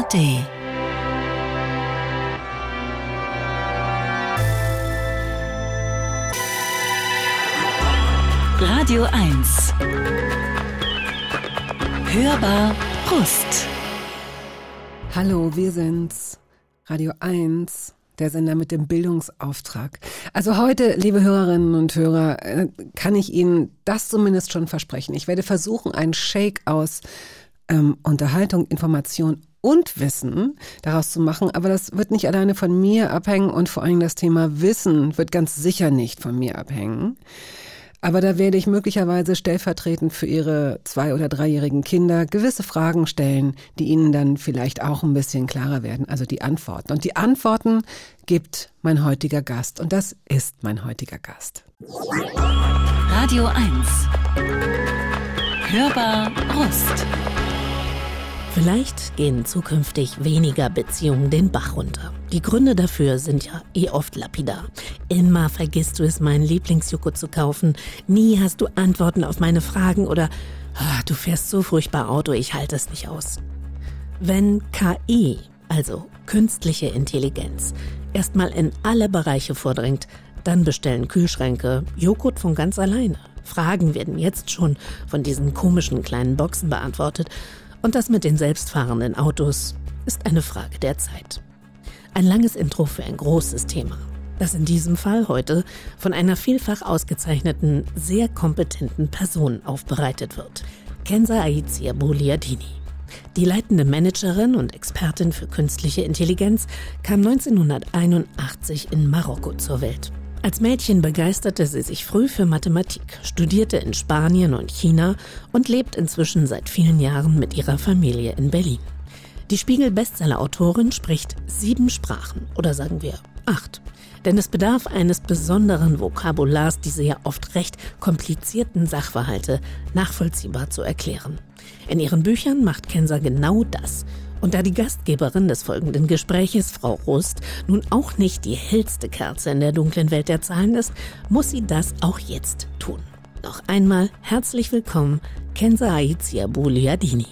ARD. Radio 1. Hörbar Brust. Hallo, wir sind's. Radio 1, der Sender mit dem Bildungsauftrag. Also heute, liebe Hörerinnen und Hörer, kann ich Ihnen das zumindest schon versprechen. Ich werde versuchen, einen Shake aus Unterhaltung, Information und Wissen daraus zu machen. Aber das wird nicht alleine von mir abhängen und vor allem das Thema Wissen wird ganz sicher nicht von mir abhängen. Aber da werde ich möglicherweise stellvertretend für Ihre 2- oder 3-jährigen Kinder gewisse Fragen stellen, die Ihnen dann vielleicht auch ein bisschen klarer werden, also die Antworten. Und die Antworten gibt mein heutiger Gast. Und das ist mein heutiger Gast. Radio 1. Hörbar Brust. Vielleicht gehen zukünftig weniger Beziehungen den Bach runter. Die Gründe dafür sind ja oft lapidar. Immer vergisst du es, meinen Lieblingsjoghurt zu kaufen. Nie hast du Antworten auf meine Fragen oder du fährst so furchtbar Auto, ich halte es nicht aus. Wenn KI, also künstliche Intelligenz, erstmal in alle Bereiche vordringt, dann bestellen Kühlschränke Joghurt von ganz alleine. Fragen werden jetzt schon von diesen komischen kleinen Boxen beantwortet. Und das mit den selbstfahrenden Autos ist eine Frage der Zeit. Ein langes Intro für ein großes Thema, das in diesem Fall heute von einer vielfach ausgezeichneten, sehr kompetenten Person aufbereitet wird. Kenza Aizia-Bouliadini. Die leitende Managerin und Expertin für künstliche Intelligenz kam 1981 in Marokko zur Welt. Als Mädchen begeisterte sie sich früh für Mathematik, studierte in Spanien und China und lebt inzwischen seit vielen Jahren mit ihrer Familie in Berlin. Die Spiegel-Bestseller-Autorin spricht 7 Sprachen oder sagen wir 8. Denn es bedarf eines besonderen Vokabulars, diese ja oft recht komplizierten Sachverhalte nachvollziehbar zu erklären. In ihren Büchern macht Kenza genau das. Und da die Gastgeberin des folgenden Gespräches, Frau Rust, nun auch nicht die hellste Kerze in der dunklen Welt der Zahlen ist, muss sie das auch jetzt tun. Noch einmal herzlich willkommen, Kenza Aizia-Bouliadini.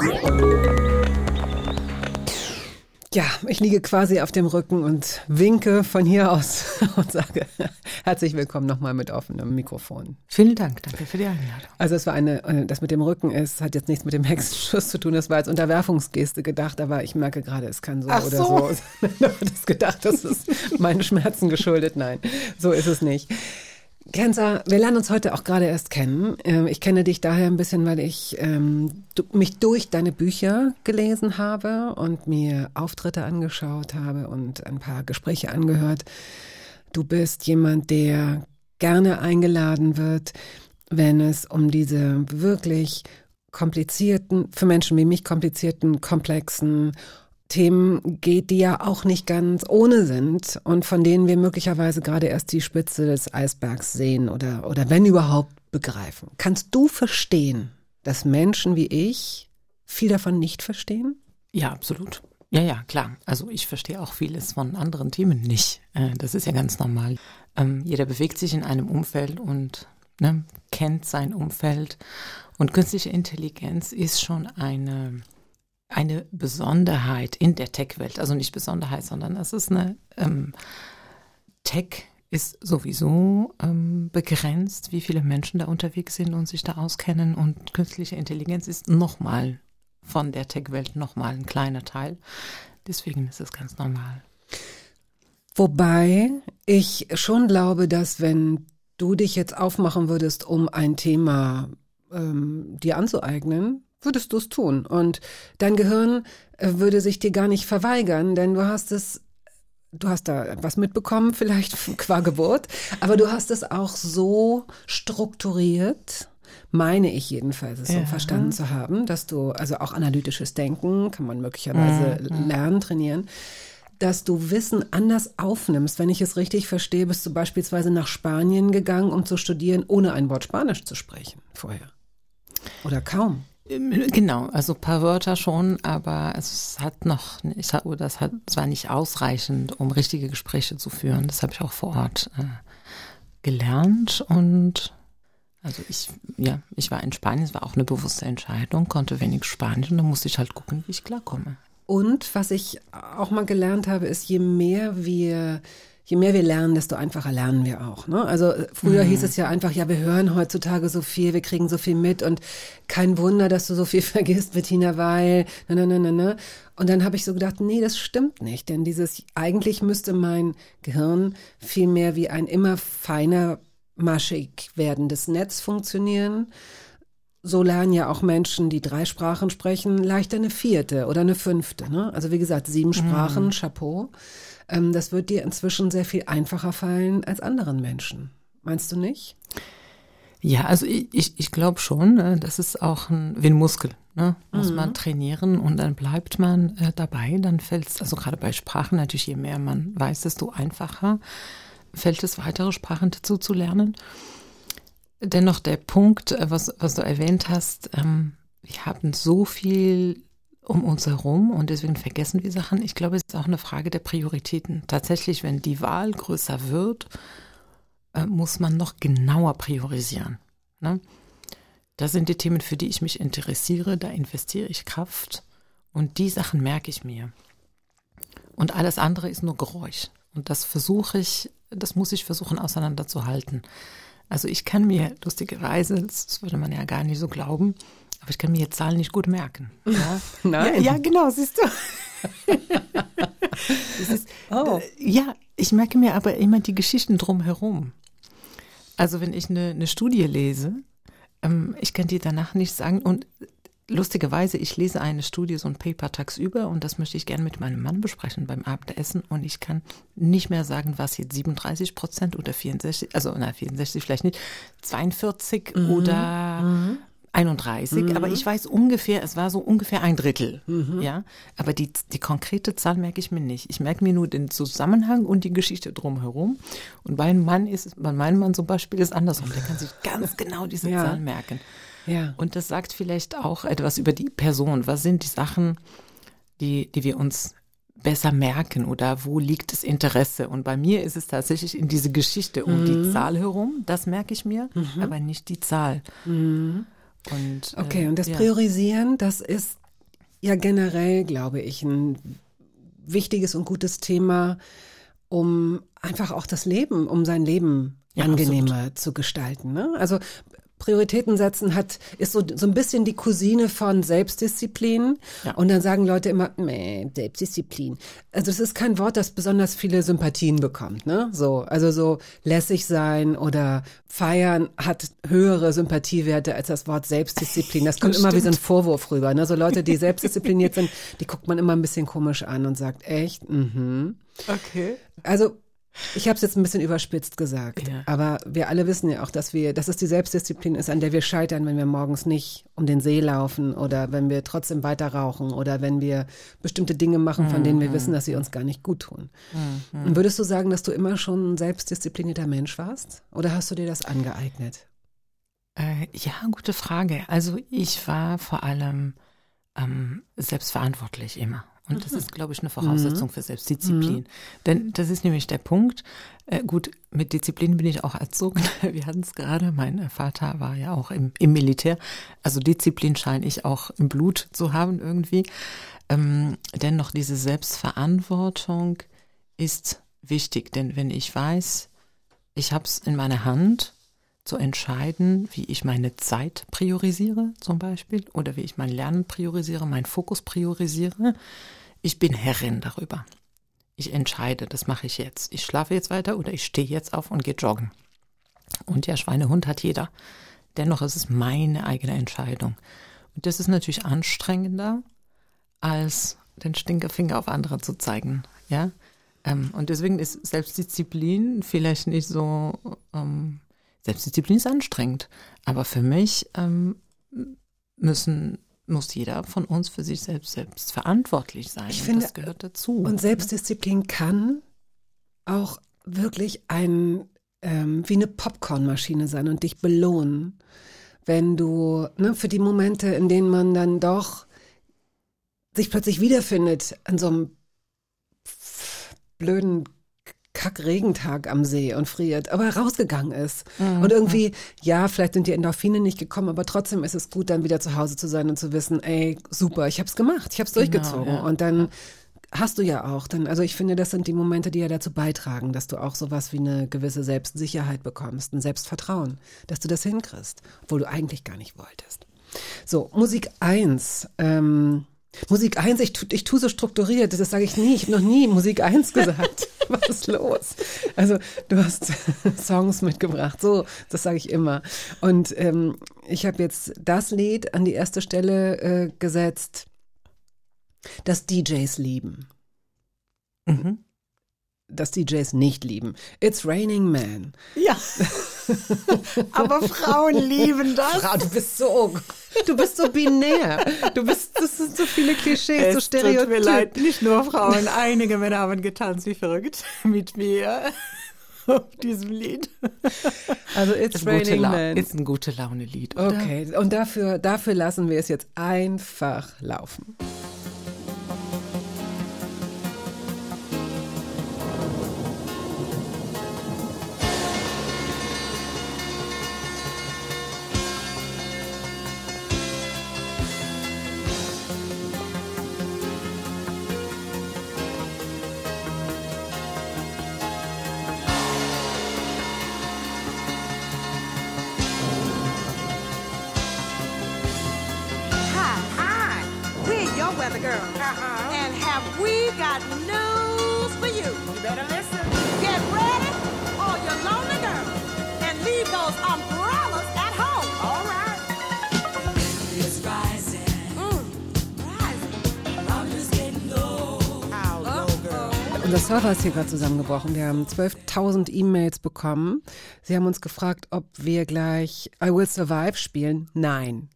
Ja, ich liege quasi auf dem Rücken und winke von hier aus und sage herzlich willkommen nochmal mit offenem Mikrofon. Vielen Dank, danke für die Einladung. Also es war das mit dem Rücken hat jetzt nichts mit dem Hexenschuss zu tun, das war als Unterwerfungsgeste gedacht, aber ich merke gerade, es kann so oder so. Ich habe das gedacht, das ist meinen Schmerzen geschuldet, nein, so ist es nicht. Kenza, wir lernen uns heute auch gerade erst kennen. Ich kenne dich daher ein bisschen, weil ich mich durch deine Bücher gelesen habe und mir Auftritte angeschaut habe und ein paar Gespräche angehört. Du bist jemand, der gerne eingeladen wird, wenn es um diese wirklich komplizierten, für Menschen wie mich komplizierten, komplexen Themen geht, die ja auch nicht ganz ohne sind und von denen wir möglicherweise gerade erst die Spitze des Eisbergs sehen oder wenn überhaupt begreifen. Kannst du verstehen, dass Menschen wie ich viel davon nicht verstehen? Ja, absolut. Ja, klar. Also ich verstehe auch vieles von anderen Themen nicht. Das ist ja ganz normal. Jeder bewegt sich in einem Umfeld und kennt sein Umfeld. Und künstliche Intelligenz ist schon eine Besonderheit in der Tech-Welt, also nicht Besonderheit, sondern es ist Tech ist sowieso begrenzt, wie viele Menschen da unterwegs sind und sich da auskennen, und künstliche Intelligenz ist nochmal von der Tech-Welt nochmal ein kleiner Teil, deswegen ist es ganz normal. Wobei ich schon glaube, dass wenn du dich jetzt aufmachen würdest, um ein Thema dir anzueignen, würdest du es tun. Und dein Gehirn würde sich dir gar nicht verweigern, denn du hast da etwas mitbekommen, vielleicht qua Geburt, aber du hast es auch so strukturiert, meine ich jedenfalls, es so verstanden zu haben, dass du, also auch analytisches Denken kann man möglicherweise lernen, trainieren, dass du Wissen anders aufnimmst. Wenn ich es richtig verstehe, bist du beispielsweise nach Spanien gegangen, um zu studieren, ohne ein Wort Spanisch zu sprechen vorher. Oder kaum. Genau, also ein paar Wörter schon, aber es war nicht ausreichend, um richtige Gespräche zu führen. Das habe ich auch vor Ort gelernt und also ich war in Spanien, es war auch eine bewusste Entscheidung, konnte wenig Spanisch und dann musste ich halt gucken, wie ich klarkomme. Und was ich auch mal gelernt habe, ist, je mehr wir lernen, desto einfacher lernen wir auch. Ne? Also früher hieß es ja einfach, ja, wir hören heutzutage so viel, wir kriegen so viel mit und kein Wunder, dass du so viel vergisst, Bettina, weil, Und dann habe ich so gedacht, nee, das stimmt nicht, denn eigentlich müsste mein Gehirn viel mehr wie ein immer feiner, maschig werdendes Netz funktionieren. So lernen ja auch Menschen, die 3 Sprachen sprechen, leichter eine 4. oder eine 5. Ne? Also wie gesagt, 7 Sprachen, Chapeau. Das wird dir inzwischen sehr viel einfacher fallen als anderen Menschen. Meinst du nicht? Ja, also ich glaube schon, das ist auch wie ein Muskel. Ne? Muss man trainieren und dann bleibt man dabei. Dann fällt es, also gerade bei Sprachen natürlich, je mehr man weiß, desto einfacher fällt es, weitere Sprachen dazu zu lernen. Dennoch der Punkt, was du erwähnt hast, wir haben so viel um uns herum und deswegen vergessen wir Sachen. Ich glaube, es ist auch eine Frage der Prioritäten. Tatsächlich, wenn die Wahl größer wird, muss man noch genauer priorisieren. Ne? Das sind die Themen, für die ich mich interessiere, da investiere ich Kraft und die Sachen merke ich mir. Und alles andere ist nur Geräusch. Und das muss ich versuchen auseinanderzuhalten. Also ich kann mir lustigerweise, das würde man ja gar nicht so glauben, aber ich kann mir jetzt Zahlen nicht gut merken. Ja? Nein. Ja, genau, siehst du. Ja, ich merke mir aber immer die Geschichten drumherum. Also wenn ich eine Studie lese, ich kann dir danach nicht sagen, und lustigerweise, ich lese eine Studie, so ein Paper tagsüber und das möchte ich gerne mit meinem Mann besprechen beim Abendessen und ich kann nicht mehr sagen, was jetzt 37% oder 64, also 64 vielleicht nicht, 42 oder 31, aber ich weiß ungefähr, es war so ungefähr 1/3, ja, aber die konkrete Zahl merke ich mir nicht. Ich merke mir nur den Zusammenhang und die Geschichte drumherum und bei meinem Mann zum Beispiel ist andersrum, der kann sich ganz genau diese Zahl merken. Ja. Und das sagt vielleicht auch etwas über die Person. Was sind die Sachen, die wir uns besser merken oder wo liegt das Interesse? Und bei mir ist es tatsächlich in diese Geschichte um die Zahl herum, das merke ich mir, aber nicht die Zahl. Und, okay, und das Priorisieren, das ist ja generell, glaube ich, ein wichtiges und gutes Thema, um einfach auch um sein Leben angenehmer zu gestalten. Ne? Also Prioritäten setzen ist so ein bisschen die Cousine von Selbstdisziplin. Ja. Und dann sagen Leute immer, Selbstdisziplin. Also das ist kein Wort, das besonders viele Sympathien bekommt, ne? Also so lässig sein oder feiern hat höhere Sympathiewerte als das Wort Selbstdisziplin. Das kommt immer wie so ein Vorwurf rüber, ne? So Leute, die selbstdiszipliniert sind, die guckt man immer ein bisschen komisch an und sagt, echt? Okay. Also ich habe es jetzt ein bisschen überspitzt gesagt, aber wir alle wissen ja auch, dass es die Selbstdisziplin ist, an der wir scheitern, wenn wir morgens nicht um den See laufen oder wenn wir trotzdem weiter rauchen oder wenn wir bestimmte Dinge machen, von denen wir wissen, dass sie uns gar nicht gut tun. Und würdest du sagen, dass du immer schon ein selbstdisziplinierter Mensch warst oder hast du dir das angeeignet? Ja, gute Frage. Also ich war vor allem selbstverantwortlich immer. Und das ist, glaube ich, eine Voraussetzung für Selbstdisziplin. Denn das ist nämlich der Punkt. Gut, mit Disziplin bin ich auch erzogen. Wir hatten es gerade, mein Vater war ja auch im Militär. Also Disziplin scheine ich auch im Blut zu haben irgendwie. Dennoch diese Selbstverantwortung ist wichtig. Denn wenn ich weiß, ich habe es in meiner Hand, zu entscheiden, wie ich meine Zeit priorisiere zum Beispiel oder wie ich mein Lernen priorisiere, meinen Fokus priorisiere. Ich bin Herrin darüber. Ich entscheide, das mache ich jetzt. Ich schlafe jetzt weiter oder ich stehe jetzt auf und gehe joggen. Und ja, Schweinehund hat jeder. Dennoch ist es meine eigene Entscheidung. Und das ist natürlich anstrengender, als den Stinkefinger auf andere zu zeigen. Ja? Und deswegen ist Selbstdisziplin vielleicht nicht so... Selbstdisziplin ist anstrengend, aber für mich muss jeder von uns für sich selbst verantwortlich sein. Ich finde, das gehört dazu. Und Selbstdisziplin kann auch wirklich wie eine Popcornmaschine sein und dich belohnen, wenn du für die Momente, in denen man dann doch sich plötzlich wiederfindet an so einem blöden Kack-Regentag am See und friert, aber rausgegangen ist. Und irgendwie, ja, vielleicht sind die Endorphine nicht gekommen, aber trotzdem ist es gut, dann wieder zu Hause zu sein und zu wissen, ey, super, ich hab's gemacht, ich hab's durchgezogen. Ja. Und dann hast du ja auch dann, also ich finde, das sind die Momente, die ja dazu beitragen, dass du auch sowas wie eine gewisse Selbstsicherheit bekommst, ein Selbstvertrauen, dass du das hinkriegst, obwohl du eigentlich gar nicht wolltest. So, Musik 1. Musik 1, ich tu so strukturiert, das sage ich nie, ich habe noch nie Musik 1 gesagt. Was ist los? Also du hast Songs mitgebracht, so, das sage ich immer. Und ich habe jetzt das Lied an die erste Stelle gesetzt, das DJs lieben. Das DJs nicht lieben. It's Raining Man. Ja, aber Frauen lieben das. Frau, du bist so binär. Das sind so viele Klischees, so Stereotypen. Tut mir leid, nicht nur Frauen, einige Männer haben getanzt wie verrückt mit mir auf diesem Lied. Also It's Raining Man. Ist ein gute Laune-Lied, oder? Okay, und dafür lassen wir es jetzt einfach laufen. Weather girl. And have we got news for you? You better listen. Get ready, all you lonely girls, and leave those umbrellas at home. All right. It's rising. Rising. I'm just getting low. How low, girl? Unser Server ist hier gerade zusammengebrochen. Wir haben 12.000 E-Mails bekommen. Sie haben uns gefragt, ob wir gleich I Will Survive spielen. Nein.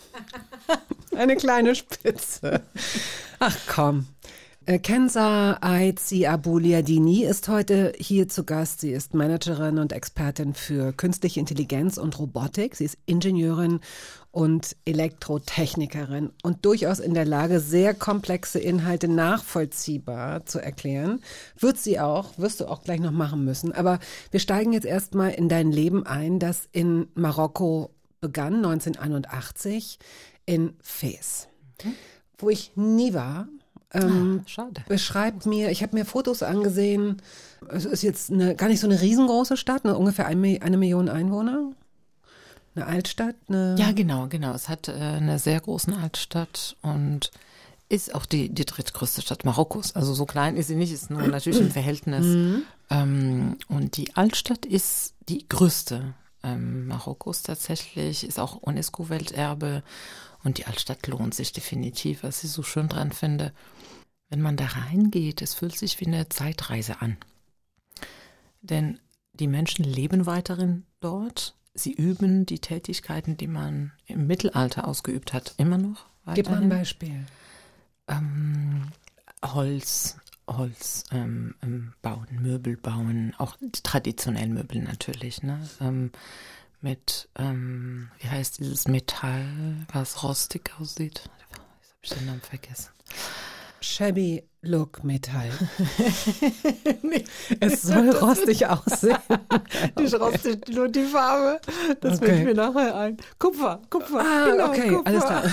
Eine kleine Spitze. Ach komm. Kenza Aizi-Abuliadini ist heute hier zu Gast. Sie ist Managerin und Expertin für künstliche Intelligenz und Robotik. Sie ist Ingenieurin und Elektrotechnikerin und durchaus in der Lage, sehr komplexe Inhalte nachvollziehbar zu erklären. Wirst du auch gleich noch machen müssen. Aber wir steigen jetzt erstmal in dein Leben ein, das in Marokko begann, 1981, in Fez, wo ich nie war. Schade. Beschreibt mir, ich habe mir Fotos angesehen, es ist jetzt gar nicht so eine riesengroße Stadt, ungefähr 1 Million Einwohner. Eine Altstadt? Ja, genau. Es hat eine sehr große Altstadt und ist auch die drittgrößte Stadt Marokkos. Also so klein ist sie nicht, ist nur natürlich im Verhältnis. Und die Altstadt ist die größte Marokkos tatsächlich, ist auch UNESCO-Welterbe und die Altstadt lohnt sich definitiv, was ich so schön dran finde. Wenn man da reingeht, es fühlt sich wie eine Zeitreise an. Denn die Menschen leben weiterhin dort, sie üben die Tätigkeiten, die man im Mittelalter ausgeübt hat, immer noch weiterhin. Gib mal ein Beispiel. Holz bauen, Möbel bauen, auch die traditionellen Möbel natürlich, ne? Mit, wie heißt dieses Metall, was rostig aussieht? Jetzt habe ich den Namen vergessen. Shabby Look Metall. Nee, es soll rostig aussehen. Nicht rostig, nur die Farbe. Das fällt mir nachher ein. Kupfer. Genau, okay, Kupfer. Alles klar.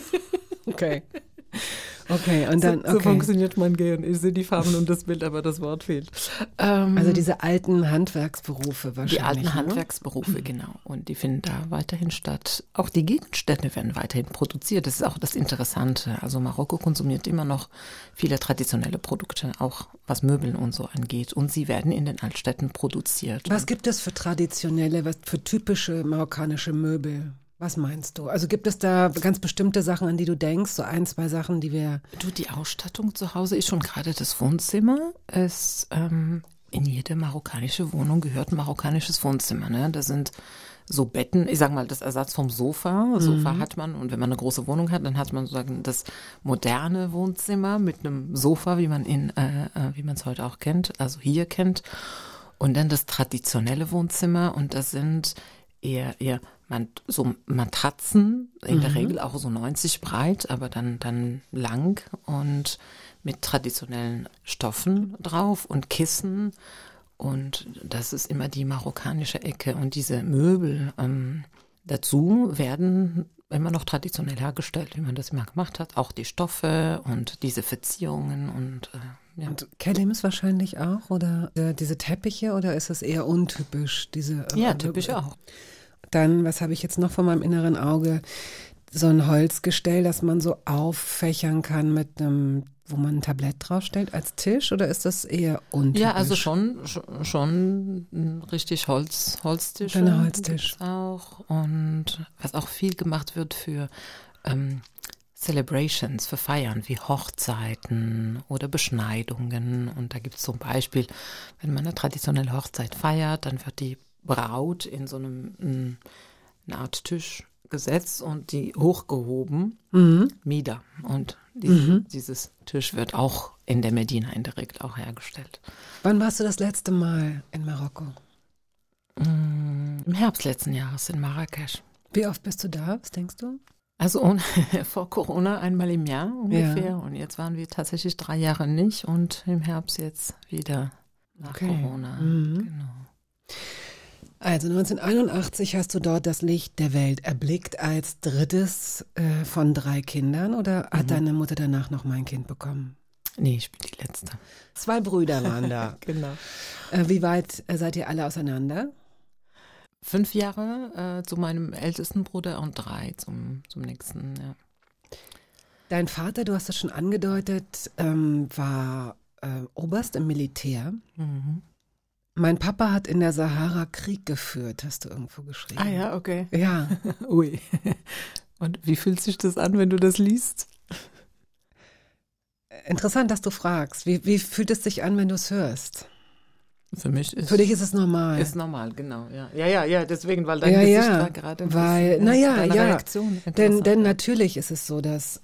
Okay, und dann, so funktioniert mein Gehirn. Ich sehe die Farben und das Bild, aber das Wort fehlt. Also diese alten Handwerksberufe wahrscheinlich. Die alten Handwerksberufe, genau. Und die finden da weiterhin statt. Auch die Gegenstände werden weiterhin produziert. Das ist auch das Interessante. Also Marokko konsumiert immer noch viele traditionelle Produkte, auch was Möbeln und so angeht. Und sie werden in den Altstädten produziert. Was gibt es für traditionelle, für typische marokkanische Möbel? Was meinst du? Also gibt es da ganz bestimmte Sachen, an die du denkst? So 1, 2 Sachen, die wir... Die Ausstattung zu Hause ist schon gerade das Wohnzimmer. In jede marokkanische Wohnung gehört ein marokkanisches Wohnzimmer. Ne? Da sind so Betten, ich sag mal, das Ersatz vom Sofa. Sofa hat man, und wenn man eine große Wohnung hat, dann hat man sozusagen das moderne Wohnzimmer mit einem Sofa, wie man es heute auch kennt, also hier kennt. Und dann das traditionelle Wohnzimmer, und das sind eher so Matratzen, in der Regel auch so 90 breit, aber dann lang und mit traditionellen Stoffen drauf und Kissen Und das ist immer die marokkanische Ecke. Und diese Möbel dazu werden immer noch traditionell hergestellt, wie man das immer gemacht hat. Auch die Stoffe und diese Verzierungen und ja. Und Kelims wahrscheinlich auch oder diese Teppiche oder ist es eher untypisch? Ja, typisch auch. Dann, was habe ich jetzt noch vor meinem inneren Auge? So ein Holzgestell, das man so auffächern kann mit einem, wo man ein Tablett draufstellt als Tisch oder ist das eher untypisch? Ja, also schon ein richtig Holztisch. Ein Holztisch. Auch. Und was auch viel gemacht wird für Celebrations, für Feiern wie Hochzeiten oder Beschneidungen. Und da gibt es zum Beispiel, wenn man eine traditionelle Hochzeit feiert, dann wird die Braut in so eine Art Tisch gesetzt und die hochgehoben, Mida. Und dieses Tisch wird auch in der Medina indirekt auch hergestellt. Wann warst du das letzte Mal in Marokko? Im Herbst letzten Jahres in Marrakesch. Wie oft bist du da? Was denkst du? Also vor Corona einmal im Jahr ungefähr. Ja. Und jetzt waren wir tatsächlich 3 Jahre nicht und im Herbst jetzt wieder nach Corona. Genau. Also 1981 hast du dort das Licht der Welt erblickt als drittes von 3 Kindern oder hat deine Mutter danach noch mal ein Kind bekommen? Nee, ich bin die Letzte. 2 Brüder waren da. Genau. Wie weit seid ihr alle auseinander? 5 Jahre zu meinem ältesten Bruder und 3 zum nächsten, ja. Dein Vater, du hast es schon angedeutet, war Oberst im Militär. Mein Papa hat in der Sahara Krieg geführt, hast du irgendwo geschrieben. Ah ja, okay. Ja. Ui. Und wie fühlt sich das an, wenn du das liest? Interessant, dass du fragst. Wie fühlt es sich an, wenn du es hörst? Für dich ist es normal. Ist normal, genau. Ja, deswegen, weil dein Gesicht war gerade ein bisschen, deine Reaktion. Denn natürlich ist es so, dass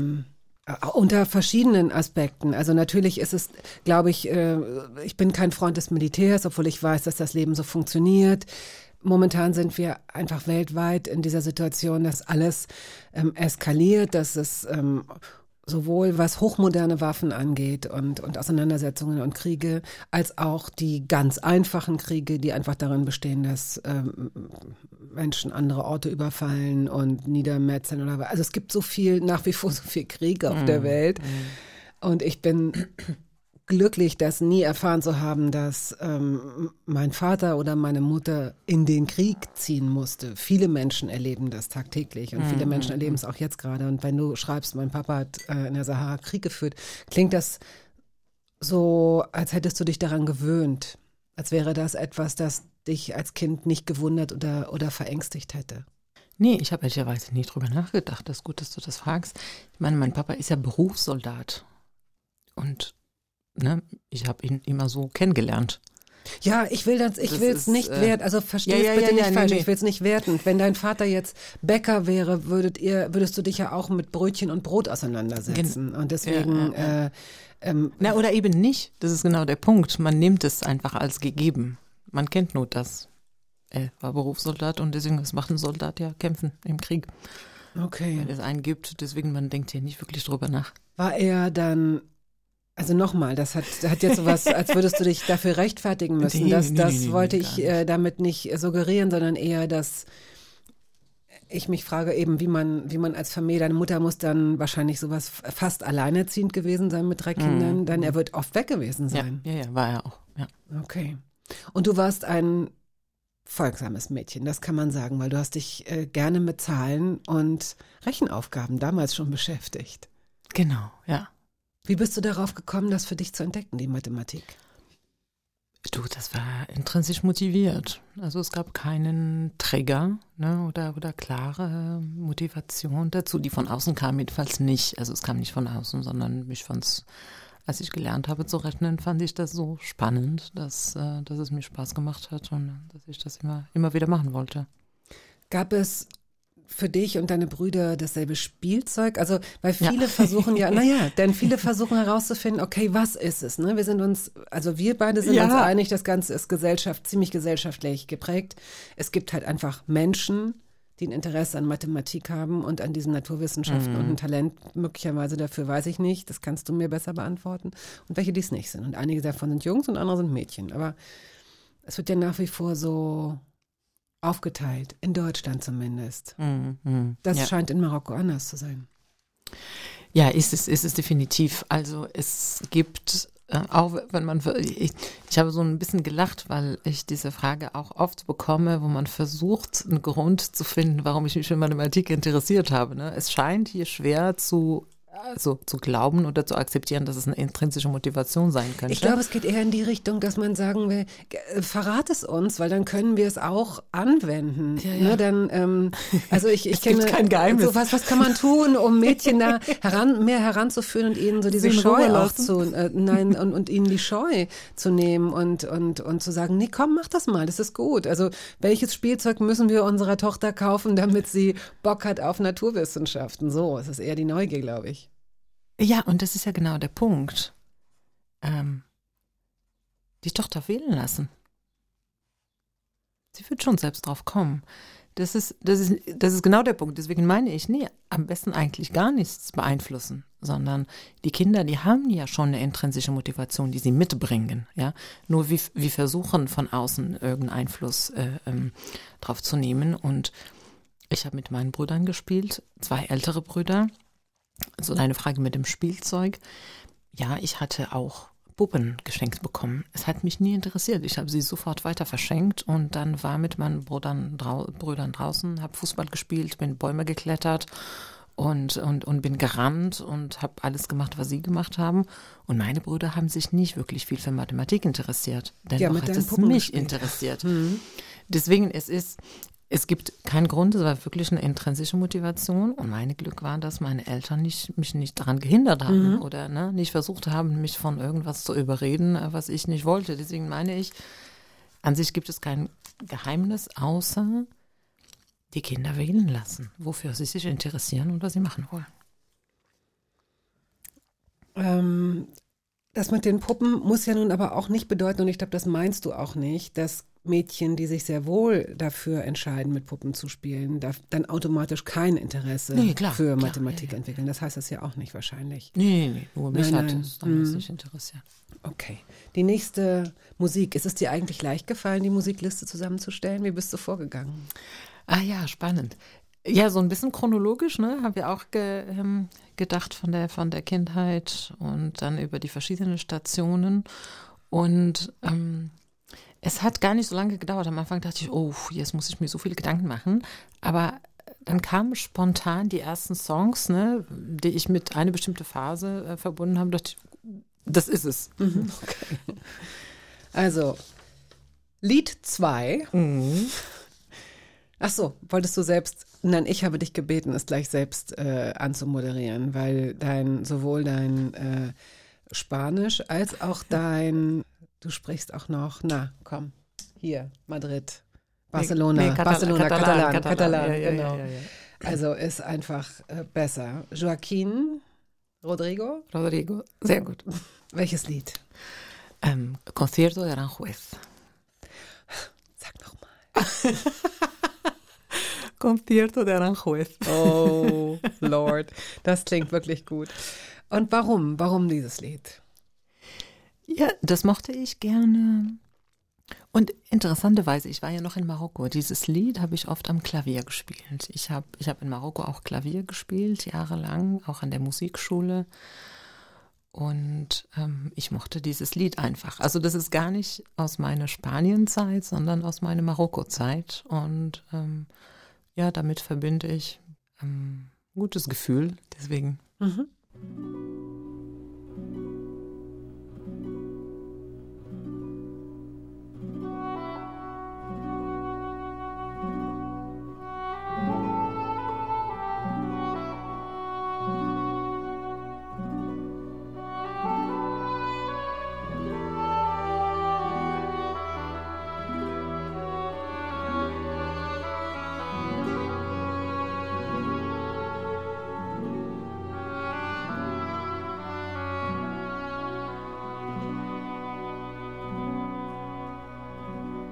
unter verschiedenen Aspekten, also natürlich ist es, glaube ich, ich bin kein Freund des Militärs, obwohl ich weiß, dass das Leben so funktioniert. Momentan sind wir einfach weltweit in dieser Situation, dass alles eskaliert, dass es sowohl was hochmoderne Waffen angeht und Auseinandersetzungen und Kriege, als auch die ganz einfachen Kriege, die einfach darin bestehen, dass Menschen andere Orte überfallen und niedermetzeln oder also es gibt nach wie vor so viel Krieg auf der Welt und ich bin glücklich, das nie erfahren zu haben, dass mein Vater oder meine Mutter in den Krieg ziehen musste. Viele Menschen erleben das tagtäglich und viele Menschen erleben es auch jetzt gerade. Und wenn du schreibst, mein Papa hat in der Sahara Krieg geführt, klingt das so, als hättest du dich daran gewöhnt. Als wäre das etwas, das dich als Kind nicht gewundert oder verängstigt hätte. Nee, ich habe ehrlicherweise nie drüber nachgedacht. Das ist gut, dass du das fragst. Ich meine, mein Papa ist ja Berufssoldat und ich habe ihn immer so kennengelernt. Ja, ich will es nicht werten, also versteh es bitte nicht falsch, ich will es nicht werten. Wenn dein Vater jetzt Bäcker wäre, würdest du dich ja auch mit Brötchen und Brot auseinandersetzen. Und deswegen oder eben nicht, das ist genau der Punkt. Man nimmt es einfach als gegeben. Man kennt nur das. Er war Berufssoldat und deswegen, was macht ein Soldat? Ja, kämpfen im Krieg. Okay. Wenn es einen gibt, deswegen, man denkt hier nicht wirklich drüber nach. War er dann... Also nochmal, das hat jetzt sowas, als würdest du dich dafür rechtfertigen müssen. Das wollte ich damit nicht suggerieren, sondern eher, dass ich mich frage eben, wie man als Familie, deine Mutter muss dann wahrscheinlich sowas fast alleinerziehend gewesen sein mit 3 Kindern, denn er wird oft weg gewesen sein. Ja, war er auch, ja. Okay. Und du warst ein folgsames Mädchen, das kann man sagen, weil du hast dich gerne mit Zahlen und Rechenaufgaben damals schon beschäftigt. Genau, ja. Wie bist du darauf gekommen, das für dich zu entdecken, die Mathematik? Du, das war intrinsisch motiviert. Also es gab keinen Trigger oder klare Motivation dazu, die von außen kam jedenfalls nicht. Also es kam nicht von außen, sondern als ich gelernt habe zu rechnen, fand ich das so spannend, dass es mir Spaß gemacht hat und dass ich das immer wieder machen wollte. Gab es für dich und deine Brüder dasselbe Spielzeug? Also, weil viele versuchen viele versuchen herauszufinden, okay, was ist es? Ne? Wir beide sind uns einig, das Ganze ist ziemlich gesellschaftlich geprägt. Es gibt halt einfach Menschen, die ein Interesse an Mathematik haben und an diesen Naturwissenschaften und ein Talent möglicherweise dafür, weiß ich nicht, das kannst du mir besser beantworten, und welche, die es nicht sind. Und einige davon sind Jungs und andere sind Mädchen. Aber es wird ja nach wie vor so aufgeteilt, in Deutschland zumindest. Das scheint in Marokko anders zu sein. Ja, ist es definitiv. Also es gibt, auch wenn man, ich habe so ein bisschen gelacht, weil ich diese Frage auch oft bekomme, wo man versucht, einen Grund zu finden, warum ich mich für Mathematik interessiert habe. Ne? Es scheint hier schwer zu glauben oder zu akzeptieren, dass es eine intrinsische Motivation sein könnte. Ich glaube, es geht eher in die Richtung, dass man sagen will, verrat es uns, weil dann können wir es auch anwenden. Ja. Ne, dann, also ich kenne, gibt kein Geheimnis. So was kann man tun, um Mädchen da mehr heranzuführen und ihnen so diese Scheu und ihnen die Scheu zu nehmen und zu sagen, nee, komm, mach das mal, das ist gut. Also welches Spielzeug müssen wir unserer Tochter kaufen, damit sie Bock hat auf Naturwissenschaften? So, es ist eher die Neugier, glaube ich. Ja, und das ist ja genau der Punkt. Die Tochter wählen lassen. Sie wird schon selbst drauf kommen. Das ist genau der Punkt. Deswegen meine ich, nee, am besten eigentlich gar nichts beeinflussen, sondern die Kinder, die haben ja schon eine intrinsische Motivation, die sie mitbringen. Ja? Nur wir versuchen von außen irgendeinen Einfluss drauf zu nehmen. Und ich habe mit meinen Brüdern gespielt, 2 ältere Brüder. Also deine Frage mit dem Spielzeug. Ja, ich hatte auch Puppen geschenkt bekommen. Es hat mich nie interessiert. Ich habe sie sofort weiter verschenkt und dann war mit meinen Brüdern draußen, habe Fußball gespielt, bin Bäume geklettert und bin gerannt und habe alles gemacht, was sie gemacht haben. Und meine Brüder haben sich nicht wirklich viel für Mathematik interessiert. Dennoch hat es mich interessiert. Deswegen, es gibt keinen Grund, es war wirklich eine intrinsische Motivation. Und mein Glück war, dass meine Eltern mich nicht daran gehindert haben oder nicht versucht haben, mich von irgendwas zu überreden, was ich nicht wollte. Deswegen meine ich, an sich gibt es kein Geheimnis, außer die Kinder wählen lassen, wofür sie sich interessieren und was sie machen wollen. Das mit den Puppen muss ja nun aber auch nicht bedeuten, und ich glaube, das meinst du auch nicht, dass Mädchen, die sich sehr wohl dafür entscheiden, mit Puppen zu spielen, dann automatisch kein Interesse für Mathematik entwickeln. Das heißt das ja auch nicht wahrscheinlich. Nee, nur mich hat es damals nicht interessiert. Okay. Die nächste Musik. Ist es dir eigentlich leicht gefallen, die Musikliste zusammenzustellen? Wie bist du vorgegangen? Ah ja, spannend. Ja, so ein bisschen chronologisch, ne? Haben wir auch gedacht von der Kindheit und dann über die verschiedenen Stationen. Und es hat gar nicht so lange gedauert. Am Anfang dachte ich, oh, jetzt muss ich mir so viele Gedanken machen. Aber dann kamen spontan die ersten Songs, ne, die ich mit einer bestimmten Phase verbunden habe. Dachte ich, das ist es. Okay. Also, Lied 2. Ach so, wolltest du selbst, nein, ich habe dich gebeten, es gleich selbst anzumoderieren, weil sowohl dein Spanisch als auch du sprichst auch noch, komm, hier, Madrid, Barcelona, Katalan, genau. Ja. Also ist einfach besser. Joaquín Rodrigo, sehr gut. Welches Lied? Concierto de Aranjuez. Sag nochmal. Concierto de Aranjuez. Oh, Lord, das klingt wirklich gut. Und warum? Warum dieses Lied? Ja, das mochte ich gerne. Und interessanterweise, ich war ja noch in Marokko. Dieses Lied habe ich oft am Klavier gespielt. Ich hab in Marokko auch Klavier gespielt, jahrelang, auch an der Musikschule. Und ich mochte dieses Lied einfach. Also das ist gar nicht aus meiner Spanienzeit, sondern aus meiner Marokko-Zeit. Und ja, damit verbinde ich ein gutes Gefühl. Deswegen.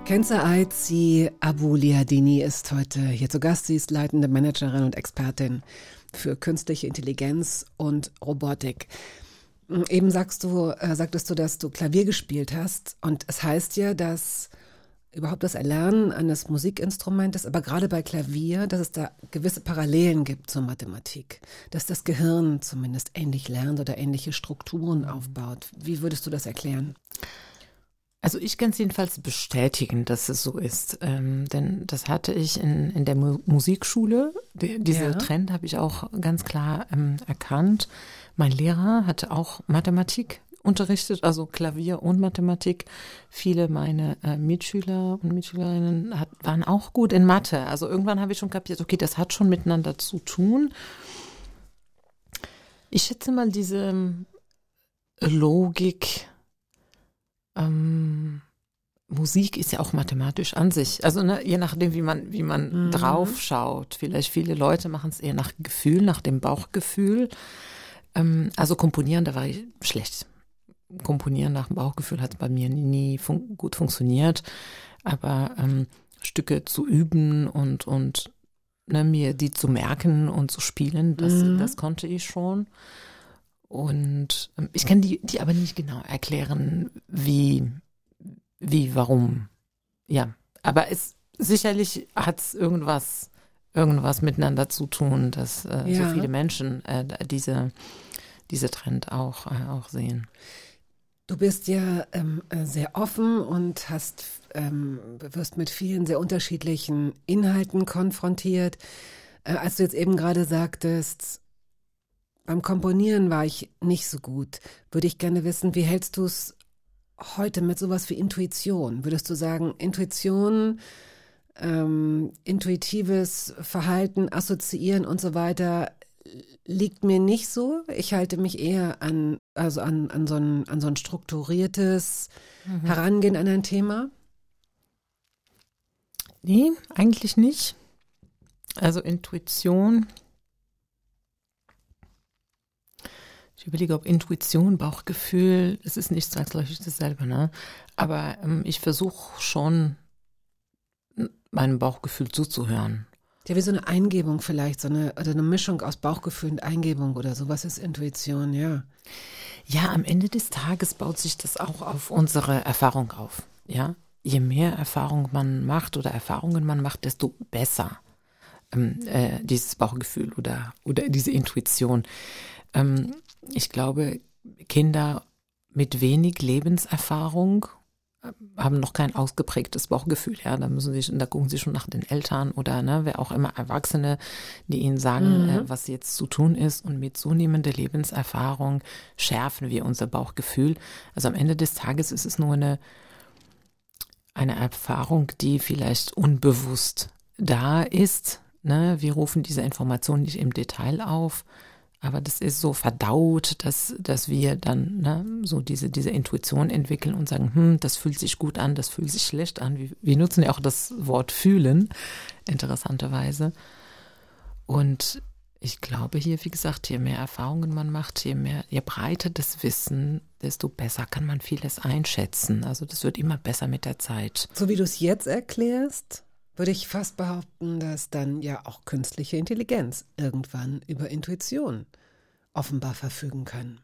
Kenza Aizi Abou-Liadini ist heute hier zu Gast. Sie ist leitende Managerin und Expertin für künstliche Intelligenz und Robotik. Eben sagtest du, dass du Klavier gespielt hast. Und es heißt ja, dass überhaupt das Erlernen eines Musikinstrumentes, aber gerade bei Klavier, dass es da gewisse Parallelen gibt zur Mathematik. Dass das Gehirn zumindest ähnlich lernt oder ähnliche Strukturen aufbaut. Wie würdest du das erklären? Also ich kann es jedenfalls bestätigen, dass es so ist, denn das hatte ich in der Musikschule, diese Trend habe ich auch ganz klar erkannt. Mein Lehrer hatte auch Mathematik unterrichtet, also Klavier und Mathematik. Viele meiner Mitschüler und Mitschülerinnen waren auch gut in Mathe. Also irgendwann habe ich schon kapiert, okay, das hat schon miteinander zu tun. Ich schätze mal diese Logik. Musik ist ja auch mathematisch an sich. Also je nachdem, wie man drauf schaut. Vielleicht viele Leute machen es eher nach Gefühl, nach dem Bauchgefühl. Also komponieren, da war ich schlecht. Komponieren nach dem Bauchgefühl hat bei mir nie gut funktioniert. Aber Stücke zu üben und mir die zu merken und zu spielen, das konnte ich schon. Und ich kann die aber nicht genau erklären, wie, warum. Ja, aber sicherlich hat es irgendwas miteinander zu tun, dass so viele Menschen diese Trend auch sehen. Du bist ja sehr offen und wirst mit vielen sehr unterschiedlichen Inhalten konfrontiert. Als du jetzt eben gerade sagtest, beim Komponieren war ich nicht so gut. Würde ich gerne wissen, wie hältst du es heute mit sowas wie Intuition? Würdest du sagen, Intuition, intuitives Verhalten, Assoziieren und so weiter liegt mir nicht so? Ich halte mich eher an so ein strukturiertes Herangehen an ein Thema. Nee, eigentlich nicht. Also Intuition. Ich überlege, ob Intuition, Bauchgefühl, es ist nicht zwangsläufig dasselbe, ne? Aber ich versuche schon, meinem Bauchgefühl zuzuhören. Ja, wie so eine Eingebung vielleicht, oder eine Mischung aus Bauchgefühl und Eingebung oder so. Was ist Intuition, ja? Ja, am Ende des Tages baut sich das auch auf unsere Erfahrung auf, ja? Je mehr Erfahrung man macht oder Erfahrungen man macht, desto besser dieses Bauchgefühl oder diese Intuition. Ich glaube, Kinder mit wenig Lebenserfahrung haben noch kein ausgeprägtes Bauchgefühl. Ja, da gucken sie schon nach den Eltern oder wer auch immer, Erwachsene, die ihnen sagen, was jetzt zu tun ist. Und mit zunehmender Lebenserfahrung schärfen wir unser Bauchgefühl. Also am Ende des Tages ist es nur eine Erfahrung, die vielleicht unbewusst da ist. Ne? Wir rufen diese Information nicht im Detail auf. Aber das ist so verdaut, dass wir dann so diese Intuition entwickeln und sagen, das fühlt sich gut an, das fühlt sich schlecht an. Wir nutzen ja auch das Wort fühlen, interessanterweise. Und ich glaube hier, wie gesagt, je mehr Erfahrungen man macht, je breiter das Wissen, desto besser kann man vieles einschätzen. Also das wird immer besser mit der Zeit. So wie du es jetzt erklärst, würde ich fast behaupten, dass dann ja auch künstliche Intelligenz irgendwann über Intuition offenbar verfügen kann.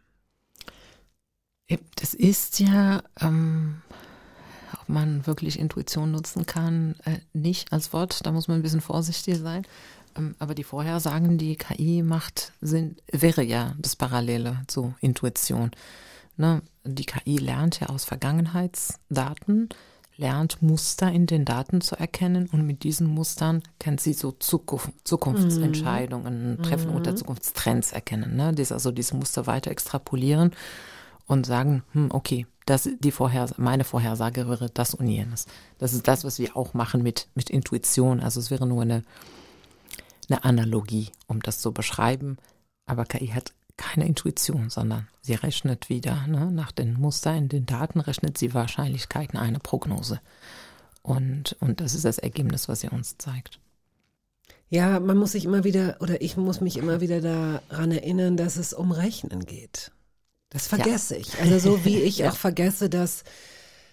Das ist ja, ob man wirklich Intuition nutzen kann, nicht als Wort, da muss man ein bisschen vorsichtig sein. Aber die Vorhersagen, die KI macht, wäre ja das Parallele zu Intuition. Ne? Die KI lernt ja aus Vergangenheitsdaten, lernt Muster in den Daten zu erkennen und mit diesen Mustern kann sie so Zukunftsentscheidungen treffen oder Zukunftstrends erkennen. Ne? Diese Muster weiter extrapolieren und sagen, okay, meine Vorhersage wäre das und jenes. Das ist das, was wir auch machen mit Intuition. Also es wäre nur eine Analogie, um das zu beschreiben. Aber KI hat keine Intuition, sondern sie rechnet wieder, nach den Mustern in den Daten, rechnet sie Wahrscheinlichkeiten, eine Prognose. Und das ist das Ergebnis, was sie uns zeigt. Ja, man muss sich immer wieder, oder ich muss mich immer wieder daran erinnern, dass es um Rechnen geht. Das vergesse ich. Also so wie ich auch vergesse, dass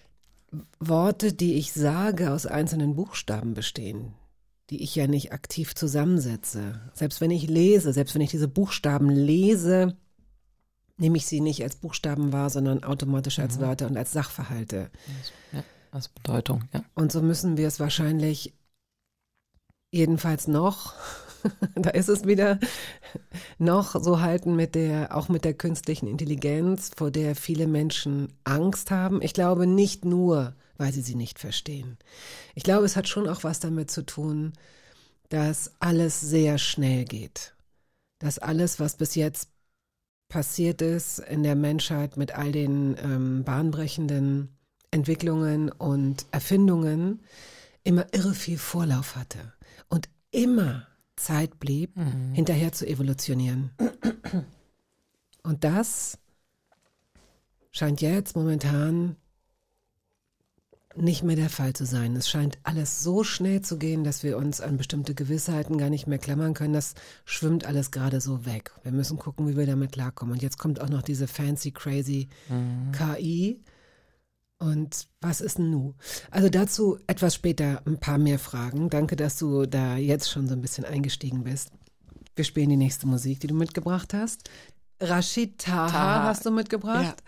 Worte, die ich sage, aus einzelnen Buchstaben bestehen, die ich ja nicht aktiv zusammensetze. Selbst wenn ich lese, selbst wenn ich diese Buchstaben lese, nehme ich sie nicht als Buchstaben wahr, sondern automatisch als Wörter und als Sachverhalte. Ja, als Bedeutung, ja. Und so müssen wir es wahrscheinlich jedenfalls noch, da ist es wieder, noch so halten auch mit der künstlichen Intelligenz, vor der viele Menschen Angst haben. Ich glaube nicht nur, weil sie nicht verstehen. Ich glaube, es hat schon auch was damit zu tun, dass alles sehr schnell geht. Dass alles, was bis jetzt passiert ist in der Menschheit mit all den bahnbrechenden Entwicklungen und Erfindungen, immer irre viel Vorlauf hatte und immer Zeit blieb, hinterher zu evolutionieren. Und das scheint jetzt momentan nicht mehr der Fall zu sein. Es scheint alles so schnell zu gehen, dass wir uns an bestimmte Gewissheiten gar nicht mehr klammern können. Das schwimmt alles gerade so weg. Wir müssen gucken, wie wir damit klarkommen. Und jetzt kommt auch noch diese fancy, crazy KI. Und was ist denn nun? Also dazu etwas später ein paar mehr Fragen. Danke, dass du da jetzt schon so ein bisschen eingestiegen bist. Wir spielen die nächste Musik, die du mitgebracht hast. Rashid Taha hast du mitgebracht.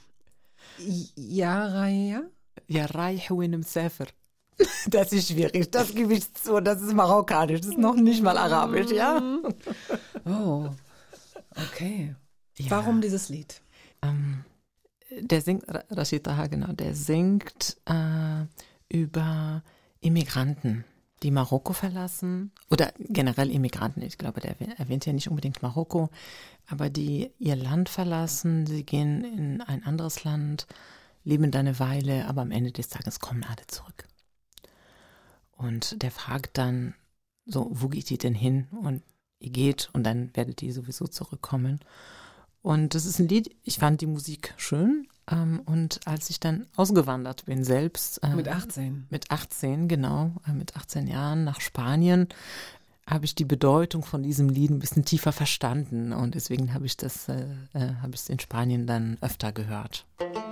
Ja. Raya? Ja, Reich in dem Sefer. Das ist schwierig, das gebe ich zu. Das ist marokkanisch, das ist noch nicht mal arabisch, ja? Oh, okay. Ja. Warum dieses Lied? Der singt, Rashid Taha, genau, der singt über Immigranten, die Marokko verlassen, oder generell Immigranten, ich glaube, der erwähnt ja nicht unbedingt Marokko, aber die ihr Land verlassen, sie gehen in ein anderes Land, leben da eine Weile, aber am Ende des Tages kommen alle zurück. Und der fragt dann so, wo geht ihr denn hin? Und ihr geht und dann werdet ihr sowieso zurückkommen. Und das ist ein Lied, ich fand die Musik schön. Und als ich dann ausgewandert bin selbst. Mit 18? Mit 18, genau. Mit 18 Jahren nach Spanien habe ich die Bedeutung von diesem Lied ein bisschen tiefer verstanden. Und deswegen habe ich es in Spanien dann öfter gehört.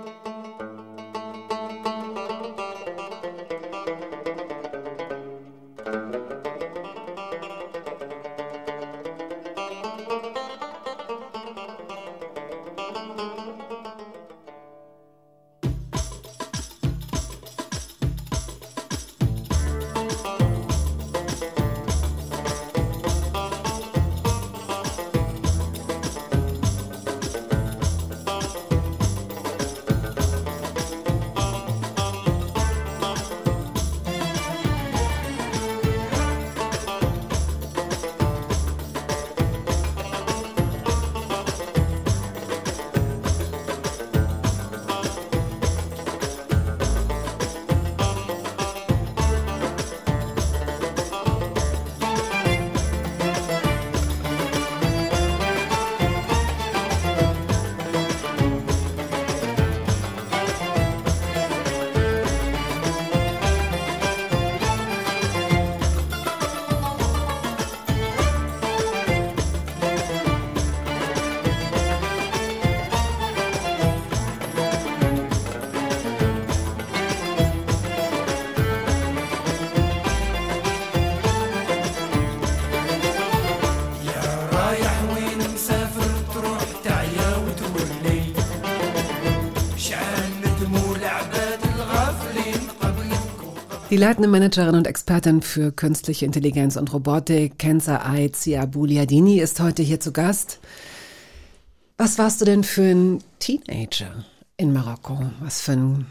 Die leitende Managerin und Expertin für künstliche Intelligenz und Robotik, Kenza Aizia Bouliadini, ist heute hier zu Gast. Was warst du denn für ein Teenager in Marokko? Was für ein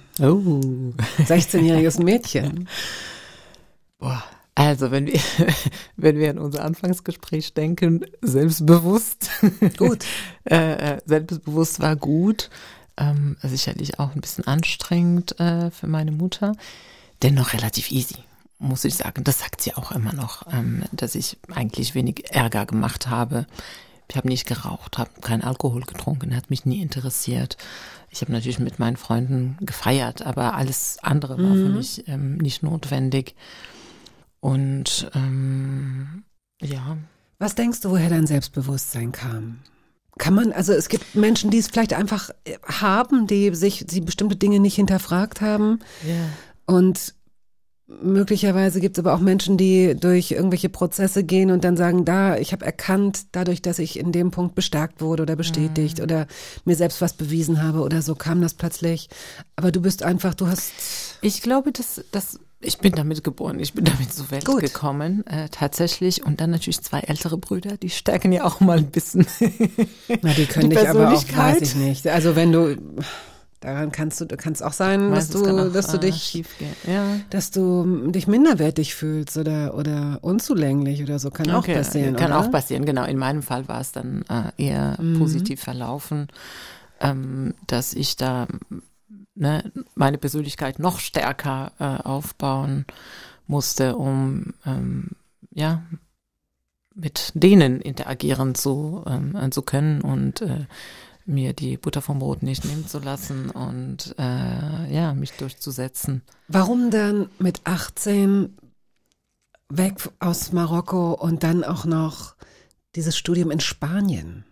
16-jähriges Mädchen? Boah, also wenn wir an unser Anfangsgespräch denken, selbstbewusst. Gut. Selbstbewusst war gut. Sicherlich auch ein bisschen anstrengend für meine Mutter. Dennoch relativ easy, muss ich sagen. Das sagt sie auch immer noch, dass ich eigentlich wenig Ärger gemacht habe. Ich habe nicht geraucht, habe keinen Alkohol getrunken, hat mich nie interessiert. Ich habe natürlich mit meinen Freunden gefeiert, aber alles andere war für mich nicht notwendig. Und ja. Was denkst du, woher dein Selbstbewusstsein kam? Kann man, also es gibt Menschen, die es vielleicht einfach haben, die bestimmte Dinge nicht hinterfragt haben. Ja. Und möglicherweise gibt es aber auch Menschen, die durch irgendwelche Prozesse gehen und dann sagen, ich habe erkannt, dadurch, dass ich in dem Punkt bestärkt wurde oder bestätigt oder mir selbst was bewiesen habe oder so, kam das plötzlich. Aber du bist einfach, Ich glaube, ich bin damit geboren, ich bin damit zur Welt gekommen, tatsächlich. Und dann natürlich 2 ältere Brüder, die stärken ja auch mal ein bisschen. Na, die können dich aber auch, weiß ich nicht. Also wenn du... Daran kann es auch sein, dass du dich minderwertig fühlst oder unzulänglich oder so. Kann auch passieren. Kann auch passieren, genau. In meinem Fall war es dann eher positiv verlaufen, dass ich da meine Persönlichkeit noch stärker aufbauen musste, um mit denen interagieren zu können und mir die Butter vom Brot nicht nehmen zu lassen und mich durchzusetzen. Warum dann mit 18 weg aus Marokko und dann auch noch dieses Studium in Spanien?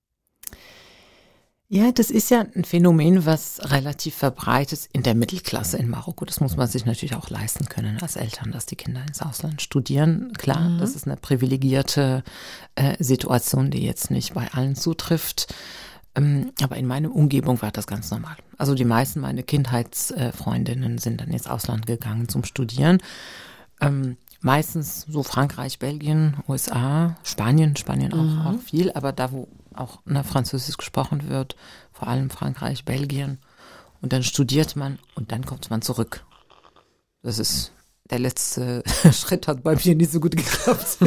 Ja, das ist ja ein Phänomen, was relativ verbreitet ist in der Mittelklasse in Marokko. Das muss man sich natürlich auch leisten können als Eltern, dass die Kinder ins Ausland studieren. Klar, das ist eine privilegierte Situation, die jetzt nicht bei allen zutrifft. Aber in meiner Umgebung war das ganz normal. Also die meisten meiner Kindheitsfreundinnen sind dann ins Ausland gegangen zum Studieren. Meistens so Frankreich, Belgien, USA, Spanien auch viel, aber da, wo auch Französisch gesprochen wird, vor allem Frankreich, Belgien. Und dann studiert man und dann kommt man zurück. Das ist der letzte Schritt, hat bei mir nicht so gut geklappt.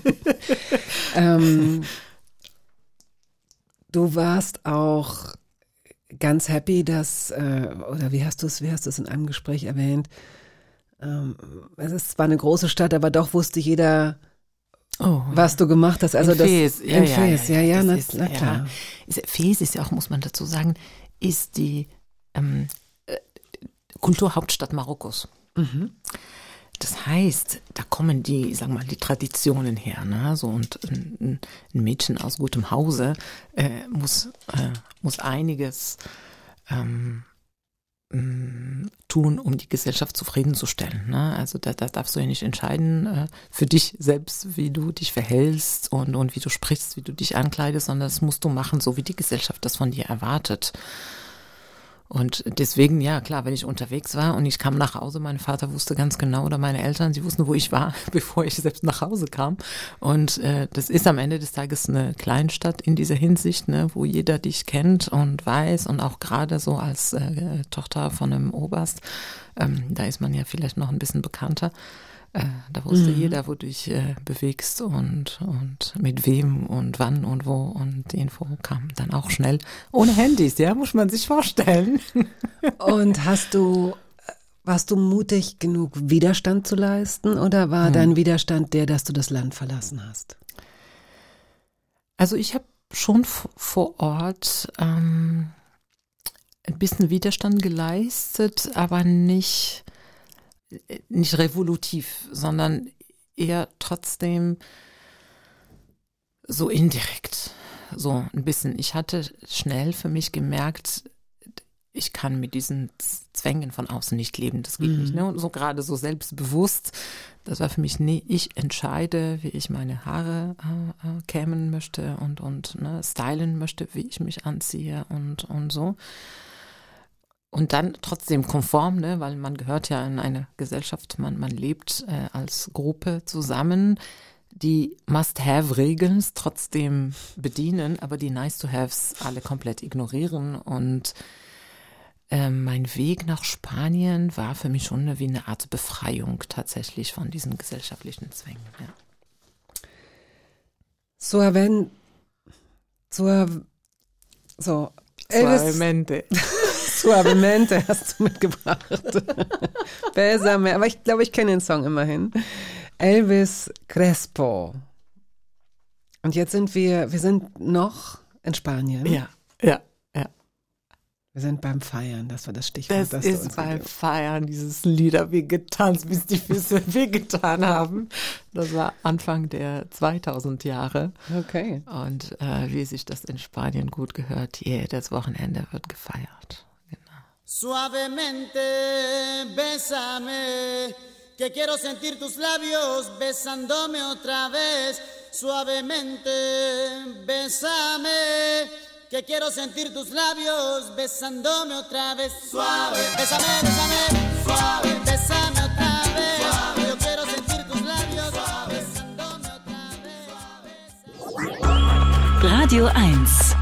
Du warst auch ganz happy, dass, oder wie hast du es in einem Gespräch erwähnt, es ist zwar eine große Stadt, aber doch wusste jeder, was du gemacht hast. Also Fez, na klar. Fez ist ja auch, muss man dazu sagen, ist die Kulturhauptstadt Marokkos. Mhm. Das heißt, da kommen die Traditionen her, ne? So, und ein Mädchen aus gutem Hause muss einiges tun, um die Gesellschaft zufriedenzustellen, ne? Also da darfst du ja nicht entscheiden für dich selbst, wie du dich verhältst und wie du sprichst, wie du dich ankleidest, sondern das musst du machen, so wie die Gesellschaft das von dir erwartet. Und deswegen, ja klar, wenn ich unterwegs war und ich kam nach Hause, mein Vater wusste ganz genau, oder meine Eltern, sie wussten, wo ich war, bevor ich selbst nach Hause kam. Und das ist am Ende des Tages eine Kleinstadt in dieser Hinsicht, ne, wo jeder dich kennt und weiß, und auch gerade so als Tochter von einem Oberst, da ist man ja vielleicht noch ein bisschen bekannter. Da wusste jeder, wo du dich bewegst und mit wem und wann und wo, und die Info kam dann auch schnell. Ohne Handys, ja, muss man sich vorstellen. Und warst du mutig genug, Widerstand zu leisten, oder war dein Widerstand der, dass du das Land verlassen hast? Also ich habe schon vor Ort ein bisschen Widerstand geleistet, aber nicht revolutiv, sondern eher trotzdem so indirekt, so ein bisschen. Ich hatte schnell für mich gemerkt, ich kann mit diesen Zwängen von außen nicht leben, das geht nicht. Ne? Und so gerade so selbstbewusst, das war für mich, nee, ich entscheide, wie ich meine Haare kämmen möchte und stylen möchte, wie ich mich anziehe und so. Und dann trotzdem konform, ne, weil man gehört ja in eine Gesellschaft, man lebt als Gruppe zusammen, die Must-Have-Regeln trotzdem bedienen, aber die Nice-to-Haves alle komplett ignorieren. Und mein Weg nach Spanien war für mich schon wie eine Art Befreiung tatsächlich von diesen gesellschaftlichen Zwängen. Ja. Suavemente hast du mitgebracht. Bésame, aber ich glaube, ich kenne den Song immerhin. Elvis Crespo. Und jetzt sind wir sind noch in Spanien. Ja. Wir sind beim Feiern, das war das Stichwort. Das ist beim Feiern, dieses Lieder wie getanzt, bis die Füße wehgetan haben. Das war Anfang der 2000 Jahre. Okay. Und wie sich das in Spanien gut gehört, jedes Wochenende wird gefeiert. Genau. Suavemente, bésame, que quiero sentir tus labios besándome otra vez. Suavemente, bésame, que quiero sentir tus labios besándome otra vez. Suave, bésame, bésame, suave, bésame otra vez. Suave, yo quiero sentir tus labios besándome otra vez. Radio 1.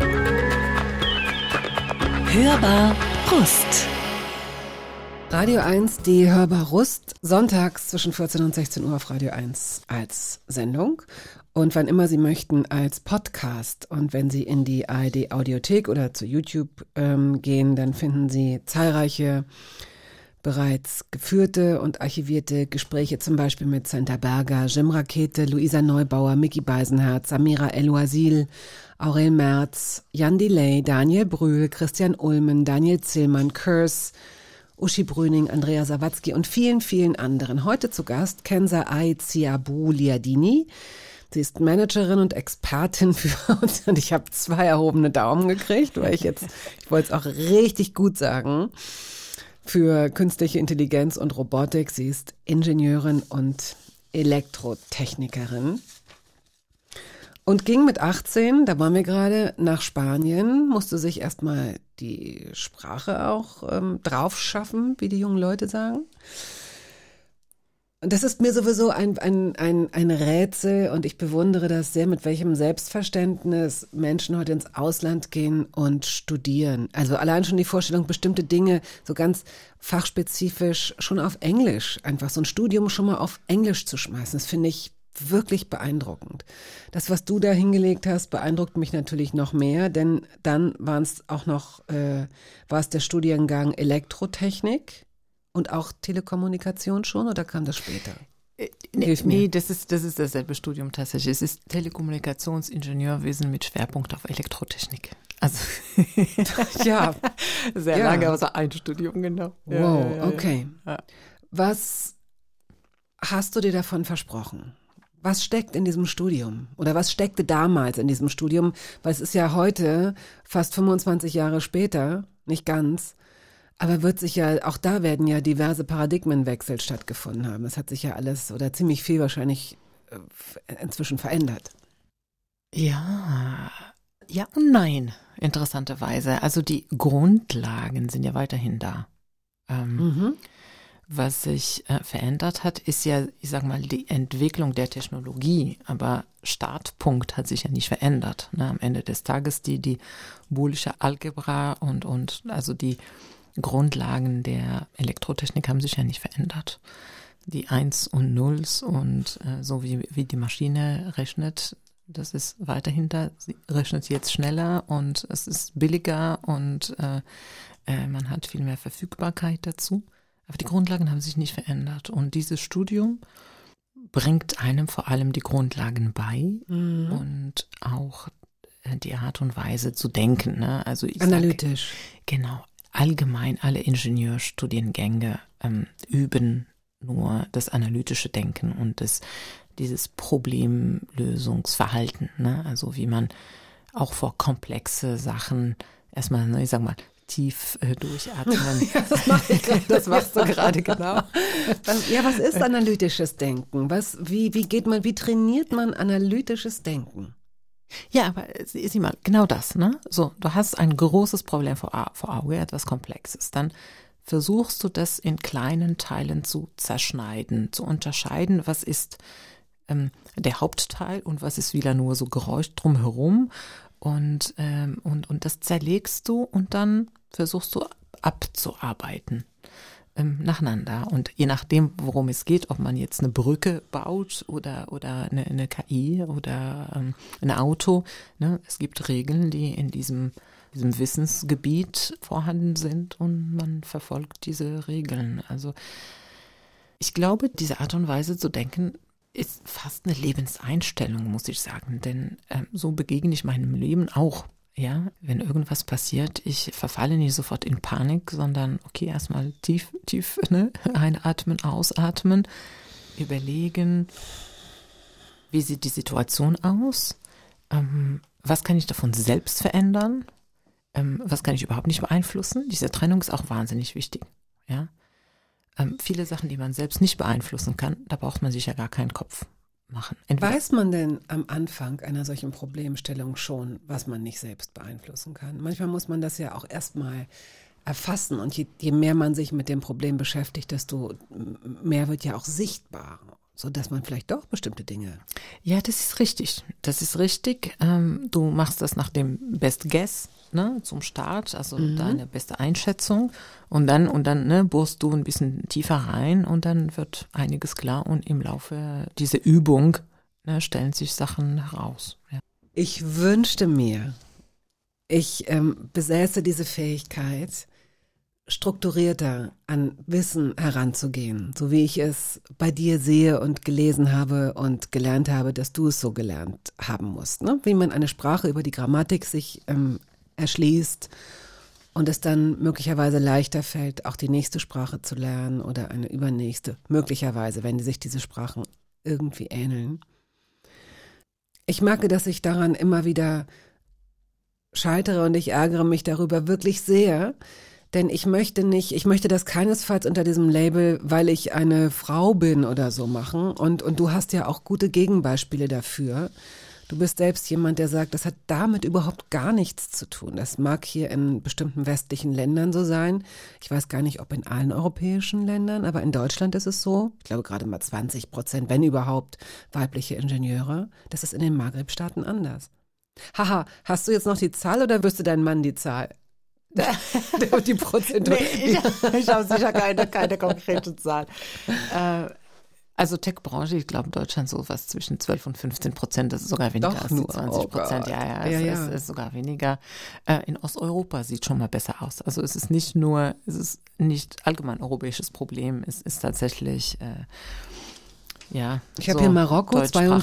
Hörbar Brust. Radio 1, die Hörbar Rust, sonntags zwischen 14 und 16 Uhr auf Radio 1 als Sendung und wann immer Sie möchten als Podcast. Und wenn Sie in die ARD Audiothek oder zu YouTube gehen, dann finden Sie zahlreiche bereits geführte und archivierte Gespräche, zum Beispiel mit Santa Berger, Jim Rakete, Luisa Neubauer, Micky Beisenherz, Samira El-Ouazil, Aurel Merz, Jan Delay, Daniel Brühl, Christian Ulmen, Daniel Zillmann, Kurs, Uschi Brüning, Andrea Sawatzki und vielen, vielen anderen. Heute zu Gast Kenza Aitsiabu Liadini. Sie ist Managerin und Expertin für uns und ich habe 2 erhobene Daumen gekriegt, weil ich wollte es auch richtig gut sagen, für künstliche Intelligenz und Robotik. Sie ist Ingenieurin und Elektrotechnikerin und ging mit 18, da waren wir gerade, nach Spanien, musste sich erstmal die Sprache auch drauf schaffen, wie die jungen Leute sagen. Und das ist mir sowieso ein Rätsel und ich bewundere das sehr, mit welchem Selbstverständnis Menschen heute ins Ausland gehen und studieren. Also allein schon die Vorstellung, bestimmte Dinge so ganz fachspezifisch schon auf Englisch, einfach so ein Studium schon mal auf Englisch zu schmeißen, das finde ich wirklich beeindruckend. Das, was du da hingelegt hast, beeindruckt mich natürlich noch mehr, denn dann war es der Studiengang Elektrotechnik und auch Telekommunikation schon, oder kam das später? Nee, das ist dasselbe Studium tatsächlich. Es ist Telekommunikationsingenieurwesen mit Schwerpunkt auf Elektrotechnik. Also ja, sehr lange, also ein Studium, genau. Wow, okay. Ja. Was hast du dir davon versprochen? Was steckt in diesem Studium? Oder was steckte damals in diesem Studium? Weil es ist ja heute, fast 25 Jahre später, nicht ganz, aber auch da werden ja diverse Paradigmenwechsel stattgefunden haben. Es hat sich ja alles oder ziemlich viel wahrscheinlich inzwischen verändert. Ja und nein, interessanterweise. Also die Grundlagen sind ja weiterhin da. Was sich verändert hat, ist ja, ich sag mal, die Entwicklung der Technologie, aber Startpunkt hat sich ja nicht verändert. Ne? Am Ende des Tages die boolische Algebra und also die Grundlagen der Elektrotechnik haben sich ja nicht verändert. Die Eins und Nulls und so wie die Maschine rechnet, das ist weiterhin da. Sie rechnet jetzt schneller und es ist billiger und man hat viel mehr Verfügbarkeit dazu. Aber die Grundlagen haben sich nicht verändert. Und dieses Studium bringt einem vor allem die Grundlagen bei und auch die Art und Weise zu denken. Ne? Also analytisch. Genau. Allgemein alle Ingenieurstudiengänge üben nur das analytische Denken und dieses Problemlösungsverhalten. Ne? Also wie man auch vor komplexe Sachen erstmal, ich sag mal, tief durchatmen. Ja, das mache ich gerade. Das machst du gerade, genau. Was ist analytisches Denken? Wie trainiert man analytisches Denken? Ja, aber sieh mal, genau das, ne? So, du hast ein großes Problem vor Auge, etwas Komplexes. Dann versuchst du das in kleinen Teilen zu zerschneiden, zu unterscheiden, was ist der Hauptteil und was ist wieder nur so Geräusch drumherum. Und das zerlegst du und dann versuchst du abzuarbeiten nacheinander. Und je nachdem, worum es geht, ob man jetzt eine Brücke baut oder eine KI oder ein Auto, ne? Es gibt Regeln, die in diesem Wissensgebiet vorhanden sind und man verfolgt diese Regeln. Also ich glaube, diese Art und Weise zu denken ist fast eine Lebenseinstellung, muss ich sagen. Denn so begegne ich meinem Leben auch. Ja, wenn irgendwas passiert, ich verfalle nicht sofort in Panik, sondern okay, erstmal tief, ne, einatmen, ausatmen, überlegen, wie sieht die Situation aus, was kann ich davon selbst verändern, was kann ich überhaupt nicht beeinflussen. Diese Trennung ist auch wahnsinnig wichtig, ja. Viele Sachen, die man selbst nicht beeinflussen kann, da braucht man sich ja gar keinen Kopf machen. Weiß man denn am Anfang einer solchen Problemstellung schon, was man nicht selbst beeinflussen kann? Manchmal muss man das ja auch erstmal erfassen und je mehr man sich mit dem Problem beschäftigt, desto mehr wird ja auch sichtbar, sodass man vielleicht doch bestimmte Dinge... Ja, das ist richtig. Du machst das nach dem Best Guess, ne, zum Start, also deine beste Einschätzung und dann ne, bohrst du ein bisschen tiefer rein und dann wird einiges klar und im Laufe dieser Übung, ne, stellen sich Sachen heraus. Ja. Ich wünschte mir, ich besäße diese Fähigkeit, strukturierter an Wissen heranzugehen, so wie ich es bei dir sehe und gelesen habe und gelernt habe, dass du es so gelernt haben musst. Ne? Wie man eine Sprache über die Grammatik sich erschließt und es dann möglicherweise leichter fällt, auch die nächste Sprache zu lernen oder eine übernächste, möglicherweise, wenn sich diese Sprachen irgendwie ähneln. Ich merke, dass ich daran immer wieder scheitere und ich ärgere mich darüber wirklich sehr, denn ich möchte das keinesfalls unter diesem Label, weil ich eine Frau bin oder so machen. Und du hast ja auch gute Gegenbeispiele dafür. Du bist selbst jemand, der sagt, das hat damit überhaupt gar nichts zu tun. Das mag hier in bestimmten westlichen Ländern so sein. Ich weiß gar nicht, ob in allen europäischen Ländern, aber in Deutschland ist es so. Ich glaube gerade mal 20%, wenn überhaupt, weibliche Ingenieure. Das ist in den Maghreb-Staaten anders. Haha, hast du jetzt noch die Zahl oder wirst du deinen Mann die Zahl? Die Prozentual. Nee, ich habe sicher keine konkrete Zahl. Also Tech-Branche, ich glaube in Deutschland so was zwischen 12 und 15%, das ist sogar weniger als die 20%. Es ist sogar weniger. In Osteuropa sieht schon mal besser aus. Also es ist nicht allgemein europäisches Problem, es ist tatsächlich ich habe hier Marokko,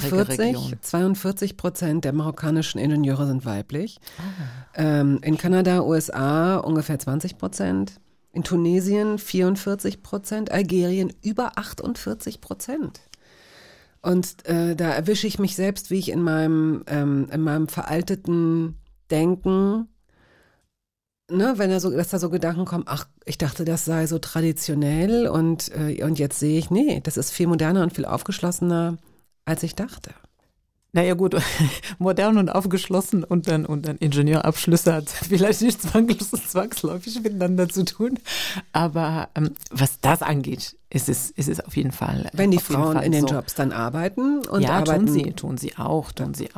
42% der marokkanischen Ingenieure sind weiblich. In Kanada, USA ungefähr 20%. In Tunesien 44%, Algerien über 48%. Und da erwische ich mich selbst, wie ich in meinem veralteten Denken, ne, dass da so Gedanken kommen, ach, ich dachte, das sei so traditionell und jetzt sehe ich, nee, das ist viel moderner und viel aufgeschlossener, als ich dachte. Naja gut, modern und aufgeschlossen und dann Ingenieurabschlüsse hat vielleicht nicht zwangsläufig miteinander zu tun. Aber was das angeht, ist es auf jeden Fall. Wenn die Frauen in den Jobs dann arbeiten und arbeiten. Tun sie auch.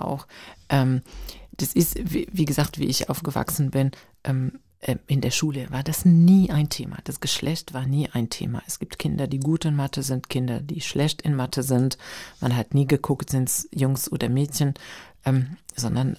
Das ist, wie gesagt, wie ich aufgewachsen bin, in der Schule war das nie ein Thema. Das Geschlecht war nie ein Thema. Es gibt Kinder, die gut in Mathe sind, Kinder, die schlecht in Mathe sind. Man hat nie geguckt, sind es Jungs oder Mädchen, sondern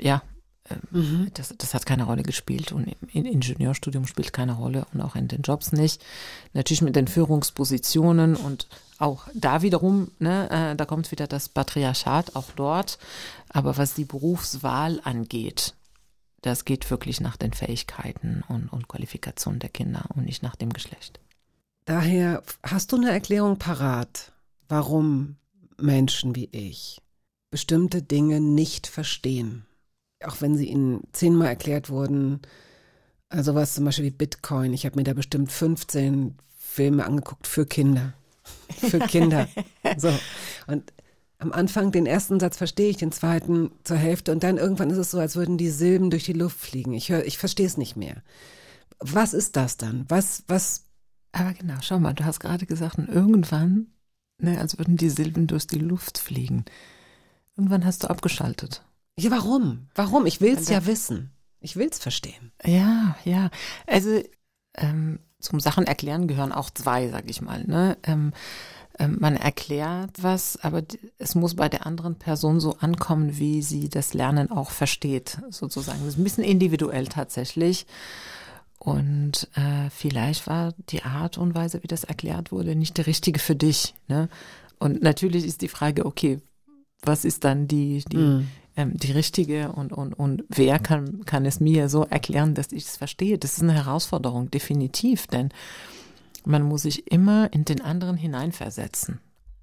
das hat keine Rolle gespielt und im Ingenieurstudium spielt keine Rolle und auch in den Jobs nicht. Natürlich mit den Führungspositionen und auch da wiederum, ne, da kommt wieder das Patriarchat auch dort. Aber was die Berufswahl angeht, das geht wirklich nach den Fähigkeiten und Qualifikationen der Kinder und nicht nach dem Geschlecht. Daher hast du eine Erklärung parat, warum Menschen wie ich bestimmte Dinge nicht verstehen. Auch wenn sie ihnen 10-mal erklärt wurden, sowas zum Beispiel wie Bitcoin. Ich habe mir da bestimmt 15 Filme angeguckt für Kinder. Für Kinder. So. Und am Anfang den ersten Satz verstehe ich, den zweiten zur Hälfte und dann irgendwann ist es so, als würden die Silben durch die Luft fliegen. Ich verstehe es nicht mehr. Was ist das dann? Was? Aber genau, schau mal, du hast gerade gesagt, und irgendwann, ne, als würden die Silben durch die Luft fliegen. Irgendwann hast du abgeschaltet. Ja, warum? Warum? Ich will es ja wissen. Ich will es verstehen. Ja. Also zum Sachen erklären gehören auch zwei, sag ich mal, ne? Man erklärt was, aber es muss bei der anderen Person so ankommen, wie sie das Lernen auch versteht, sozusagen. Das ist ein bisschen individuell tatsächlich. Und vielleicht war die Art und Weise, wie das erklärt wurde, nicht die richtige für dich. Ne? Und natürlich ist die Frage, okay, was ist dann die die richtige und wer kann es mir so erklären, dass ich es verstehe. Das ist eine Herausforderung, definitiv, denn man muss sich immer in den anderen hineinversetzen.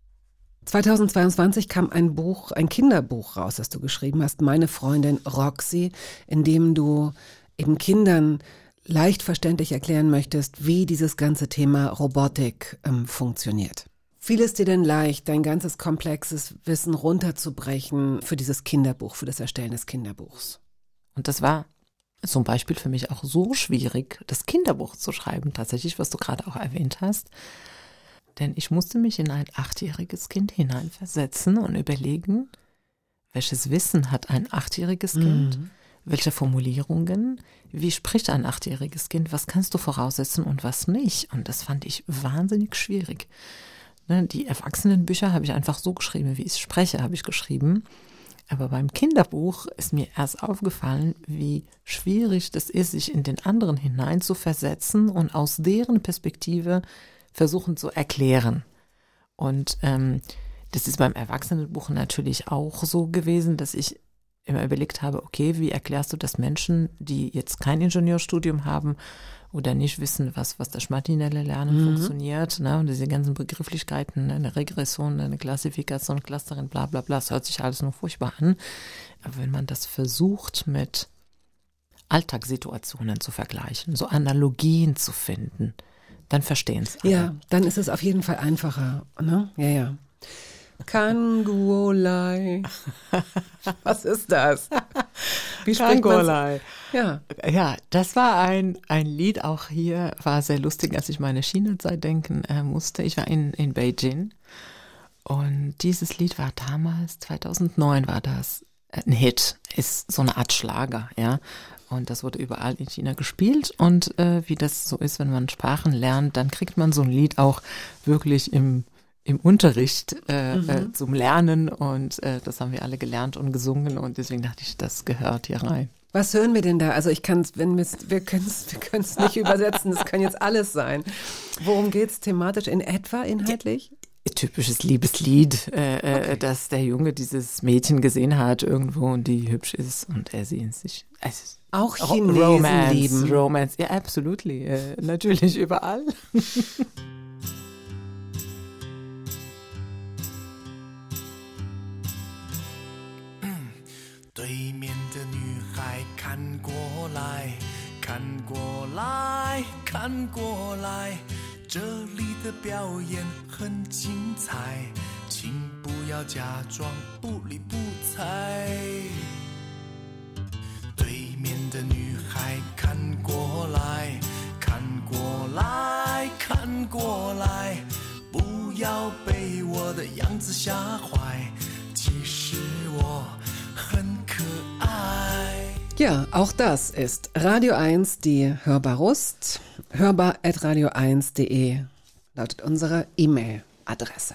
2022 kam ein Kinderbuch raus, das du geschrieben hast, Meine Freundin Roxy, in dem du eben Kindern leicht verständlich erklären möchtest, wie dieses ganze Thema Robotik funktioniert. Fiel es dir denn leicht, dein ganzes komplexes Wissen runterzubrechen für dieses Kinderbuch, für das Erstellen des Kinderbuchs? Und das war zum Beispiel für mich auch so schwierig, das Kinderbuch zu schreiben, tatsächlich, was du gerade auch erwähnt hast. Denn ich musste mich in ein 8-jähriges Kind hineinversetzen und überlegen, welches Wissen hat ein 8-jähriges Kind, welche Formulierungen, wie spricht ein 8-jähriges Kind, was kannst du voraussetzen und was nicht. Und das fand ich wahnsinnig schwierig. Die Erwachsenenbücher habe ich einfach so geschrieben, wie ich spreche, habe ich geschrieben. Aber beim Kinderbuch ist mir erst aufgefallen, wie schwierig das ist, sich in den anderen hinein zu versetzen und aus deren Perspektive versuchen zu erklären. Und das ist beim Erwachsenenbuch natürlich auch so gewesen, dass ich immer überlegt habe, okay, wie erklärst du das Menschen, die jetzt kein Ingenieurstudium haben oder nicht wissen, was das maschinelle Lernen funktioniert, ne? Und diese ganzen Begrifflichkeiten, eine Regression, eine Klassifikation, Clustering, bla bla bla, das hört sich alles nur furchtbar an. Aber wenn man das versucht, mit Alltagssituationen zu vergleichen, so Analogien zu finden, dann verstehen es alle. Ja, dann ist es auf jeden Fall einfacher. Ne? Ja. Kangolai. Was ist das? Wie spricht man's? Ja, das war ein Lied, auch hier war sehr lustig, als ich meine China-Zeit denken musste. Ich war in Beijing und dieses Lied war damals, 2009 war das ein Hit, ist so eine Art Schlager, ja. Und das wurde überall in China gespielt und wie das so ist, wenn man Sprachen lernt, dann kriegt man so ein Lied auch wirklich im Unterricht zum Lernen und das haben wir alle gelernt und gesungen und deswegen dachte ich, das gehört hier rein. Was hören wir denn da? Also wir können es nicht übersetzen, das kann jetzt alles sein. Worum geht es thematisch in etwa, inhaltlich? Typisches Liebeslied, okay. Dass der Junge dieses Mädchen gesehen hat irgendwo und die hübsch ist und er sie in sich... Auch Chinesen lieben. Romance, ja, absolutely. Natürlich überall. 对面的女孩看过来，看过来，看过来，这里的表演很精彩，请不要假装不理不睬。对面的女孩看过来，看过来，看过来，不要被我的样子吓坏，其实我很可爱。 Ja, auch das ist Radio 1, die Hörbarust. hörbar@radio1.de lautet unsere E-Mail-Adresse.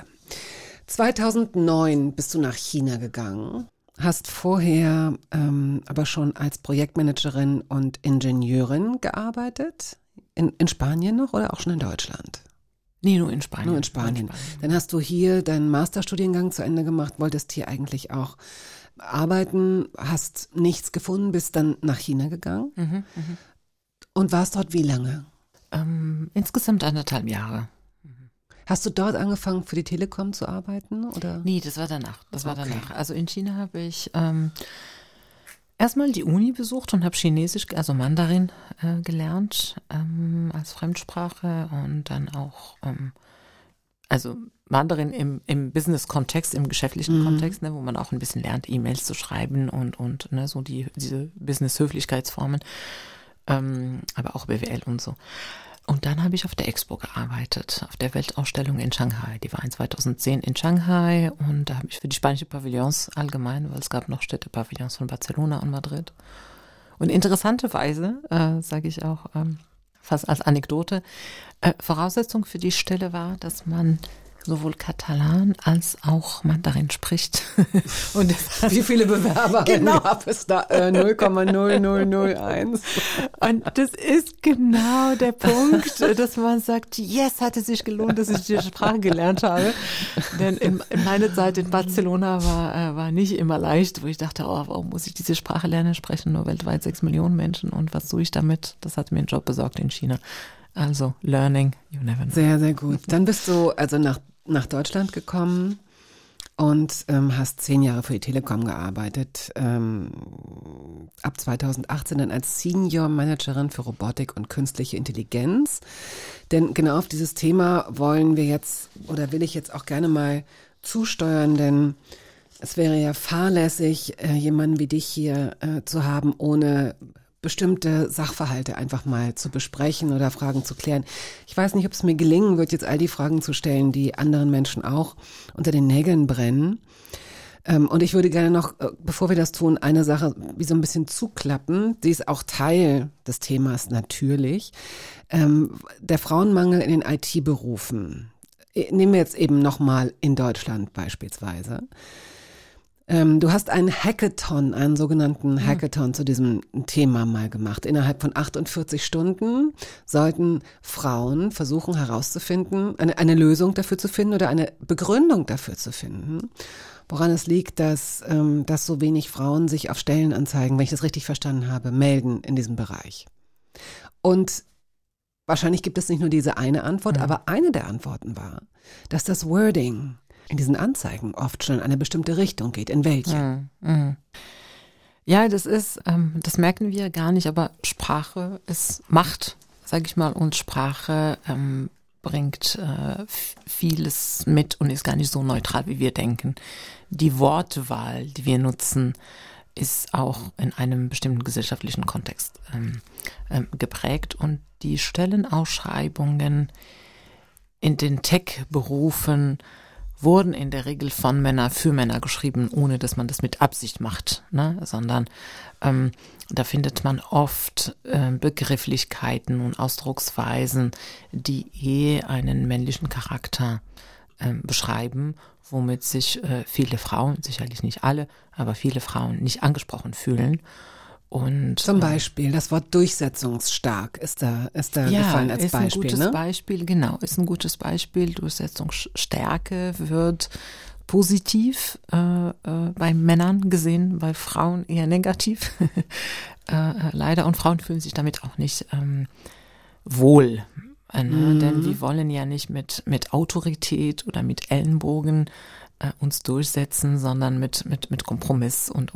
2009 bist du nach China gegangen, hast vorher aber schon als Projektmanagerin und Ingenieurin gearbeitet. In Spanien noch oder auch schon in Deutschland? Nee, nur in Spanien. Nur in Spanien. Dann hast du hier deinen Masterstudiengang zu Ende gemacht, wolltest hier eigentlich auch arbeiten, hast nichts gefunden, bist dann nach China gegangen und warst dort wie lange? Insgesamt 1,5 Jahre. Hast du dort angefangen, für die Telekom zu arbeiten? Oder? Nee, das war danach. Danach. Also in China habe ich erstmal die Uni besucht und habe Chinesisch, also Mandarin gelernt als Fremdsprache und dann auch also Mandarin im Business-Kontext, im geschäftlichen Kontext, ne, wo man auch ein bisschen lernt, E-Mails zu schreiben und ne, so diese Business-Höflichkeitsformen, aber auch BWL und so. Und dann habe ich auf der Expo gearbeitet, auf der Weltausstellung in Shanghai. Die war in 2010 in Shanghai und da habe ich für die spanische Pavillons allgemein, weil es gab noch Städtepavillons von Barcelona und Madrid. Und interessanterweise, sage ich auch fast als Anekdote, Voraussetzung für die Stelle war, dass man sowohl Katalan als auch Mandarin spricht. Und wie viele Bewerberinnen gab es da? 0,0001. Und das ist genau der Punkt, dass man sagt, yes, hat es sich gelohnt, dass ich die Sprache gelernt habe. Denn meine Zeit in Barcelona war nicht immer leicht, wo ich dachte, oh, warum muss ich diese Sprache lernen? Sprechen nur weltweit 6 Millionen Menschen und was tue ich damit? Das hat mir einen Job besorgt in China. Also, learning, you never know. Sehr, sehr gut. Dann bist du also nach Deutschland gekommen und hast 10 Jahre für die Telekom gearbeitet. Ab 2018 dann als Senior Managerin für Robotik und künstliche Intelligenz. Denn genau auf dieses Thema will ich jetzt auch gerne mal zusteuern, denn es wäre ja fahrlässig, jemanden wie dich hier zu haben, ohne bestimmte Sachverhalte einfach mal zu besprechen oder Fragen zu klären. Ich weiß nicht, ob es mir gelingen wird, jetzt all die Fragen zu stellen, die anderen Menschen auch unter den Nägeln brennen. Und ich würde gerne noch, bevor wir das tun, eine Sache wie so ein bisschen zuklappen. Die ist auch Teil des Themas natürlich. Der Frauenmangel in den IT-Berufen. Nehmen wir jetzt eben nochmal in Deutschland beispielsweise. Du hast einen sogenannten Hackathon zu diesem Thema mal gemacht. Innerhalb von 48 Stunden sollten Frauen versuchen herauszufinden, eine Lösung dafür zu finden oder eine Begründung dafür zu finden, woran es liegt, dass so wenig Frauen sich auf Stellenanzeigen, wenn ich das richtig verstanden habe, melden in diesem Bereich. Und wahrscheinlich gibt es nicht nur diese eine Antwort, aber eine der Antworten war, dass das Wording in diesen Anzeigen oft schon in eine bestimmte Richtung geht. In welche? Ja, das merken wir gar nicht, aber Sprache ist Macht, sage ich mal, und Sprache bringt vieles mit und ist gar nicht so neutral, wie wir denken. Die Wortwahl, die wir nutzen, ist auch in einem bestimmten gesellschaftlichen Kontext geprägt und die Stellenausschreibungen in den Tech-Berufen wurden in der Regel von Männern für Männer geschrieben, ohne dass man das mit Absicht macht, ne? Sondern da findet man oft Begrifflichkeiten und Ausdrucksweisen, die einen männlichen Charakter beschreiben, womit sich viele Frauen, sicherlich nicht alle, aber viele Frauen nicht angesprochen fühlen. Und, zum Beispiel, das Wort durchsetzungsstark ist da gefallen als Beispiel. Ja, ist ein gutes Beispiel, genau, ist ein gutes Beispiel. Durchsetzungsstärke wird positiv bei Männern gesehen, bei Frauen eher negativ. Leider, und Frauen fühlen sich damit auch nicht wohl. Denn wir wollen ja nicht mit Autorität oder mit Ellenbogen uns durchsetzen, sondern mit Kompromiss und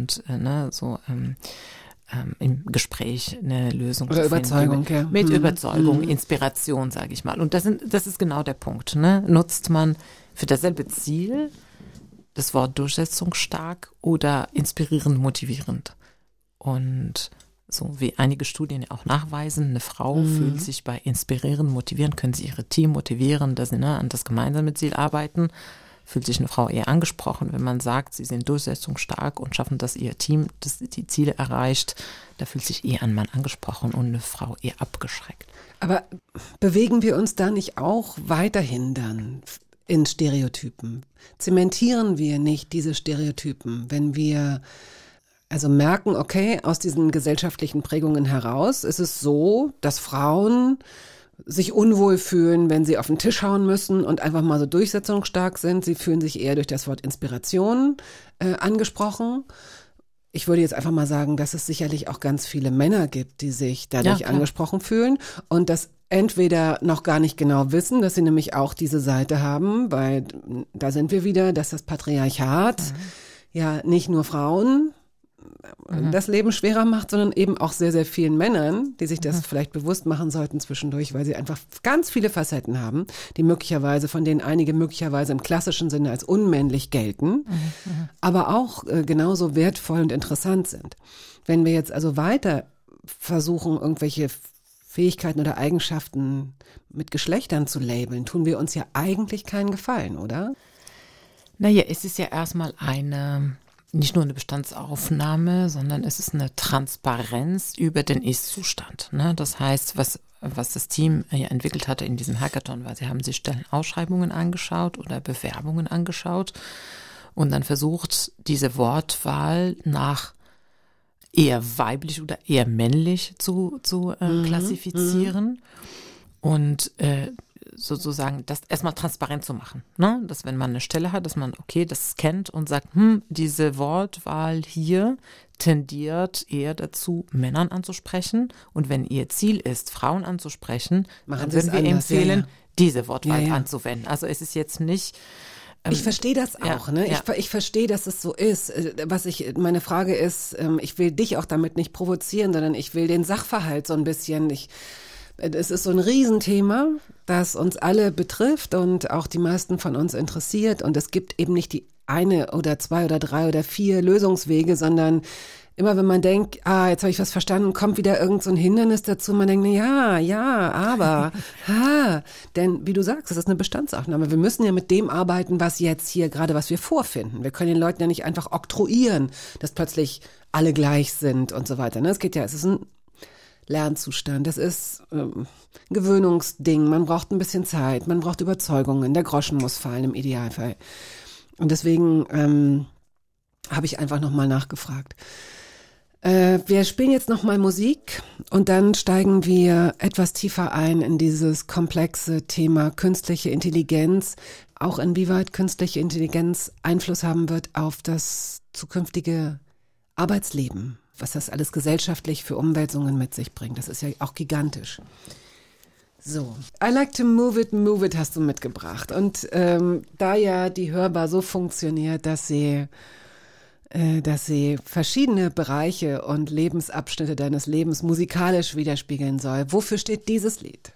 im Gespräch eine Lösung oder zu Überzeugung, finden. Mit Überzeugung, Inspiration, sage ich mal. Und das ist genau der Punkt. Ne? Nutzt man für dasselbe Ziel das Wort durchsetzungsstark oder inspirierend, motivierend? Und so wie einige Studien auch nachweisen, eine Frau fühlt sich bei inspirierend, motivierend, können sie ihre Team motivieren, dass sie an das gemeinsame Ziel arbeiten. Fühlt sich eine Frau eher angesprochen, wenn man sagt, sie sind durchsetzungsstark und schaffen, dass ihr Team die Ziele erreicht. Da fühlt sich eher ein Mann angesprochen und eine Frau eher abgeschreckt. Aber bewegen wir uns da nicht auch weiterhin dann in Stereotypen? Zementieren wir nicht diese Stereotypen, wenn wir also merken, okay, aus diesen gesellschaftlichen Prägungen heraus ist es so, dass Frauen sich unwohl fühlen, wenn sie auf den Tisch hauen müssen und einfach mal so durchsetzungsstark sind. Sie fühlen sich eher durch das Wort Inspiration angesprochen. Ich würde jetzt einfach mal sagen, dass es sicherlich auch ganz viele Männer gibt, die sich dadurch angesprochen fühlen und das entweder noch gar nicht genau wissen, dass sie nämlich auch diese Seite haben, weil da sind wir wieder, dass das Patriarchat ja nicht nur Frauen das Leben schwerer macht, sondern eben auch sehr, sehr vielen Männern, die sich das vielleicht bewusst machen sollten zwischendurch, weil sie einfach ganz viele Facetten haben, die von denen einige möglicherweise im klassischen Sinne als unmännlich gelten, aber auch genauso wertvoll und interessant sind. Wenn wir jetzt also weiter versuchen, irgendwelche Fähigkeiten oder Eigenschaften mit Geschlechtern zu labeln, tun wir uns ja eigentlich keinen Gefallen, oder? Naja, es ist ja erstmal eine nicht nur eine Bestandsaufnahme, sondern es ist eine Transparenz über den Ist-Zustand. Ne? Das heißt, was das Team entwickelt hatte in diesem Hackathon, war, sie haben sich Stellenausschreibungen angeschaut oder Bewerbungen angeschaut und dann versucht, diese Wortwahl nach eher weiblich oder eher männlich zu klassifizieren und sozusagen das erstmal transparent zu machen, ne? Dass wenn man eine Stelle hat, dass man das scannt und sagt, diese Wortwahl hier tendiert eher dazu, Männern anzusprechen, und wenn ihr Ziel ist, Frauen anzusprechen, dann würden wir empfehlen, diese Wortwahl anzuwenden. Also es ist jetzt nicht... Ich verstehe das auch, ne? Ich verstehe, dass es so ist. Meine Frage ist, ich will dich auch damit nicht provozieren, sondern ich will den Sachverhalt so ein bisschen, es ist so ein Riesenthema, das uns alle betrifft und auch die meisten von uns interessiert, und es gibt eben nicht die eine oder zwei oder drei oder vier Lösungswege, sondern immer wenn man denkt, jetzt habe ich was verstanden, kommt wieder irgend so ein Hindernis dazu. Man denkt, aber, denn wie du sagst, das ist eine Bestandsaufnahme. Wir müssen ja mit dem arbeiten, was jetzt hier gerade, was wir vorfinden. Wir können den Leuten ja nicht einfach oktroyieren, dass plötzlich alle gleich sind und so weiter. Es ist ein Lernzustand, das ist ein Gewöhnungsding. Man braucht ein bisschen Zeit, man braucht Überzeugungen. Der Groschen muss fallen im Idealfall. Und deswegen habe ich einfach nochmal nachgefragt. Wir spielen jetzt nochmal Musik und dann steigen wir etwas tiefer ein in dieses komplexe Thema künstliche Intelligenz, auch inwieweit künstliche Intelligenz Einfluss haben wird auf das zukünftige Arbeitsleben, was das alles gesellschaftlich für Umwälzungen mit sich bringt. Das ist ja auch gigantisch. So, I like to move it hast du mitgebracht. Und da ja die Hörbar so funktioniert, dass sie verschiedene Bereiche und Lebensabschnitte deines Lebens musikalisch widerspiegeln soll. Wofür steht dieses Lied?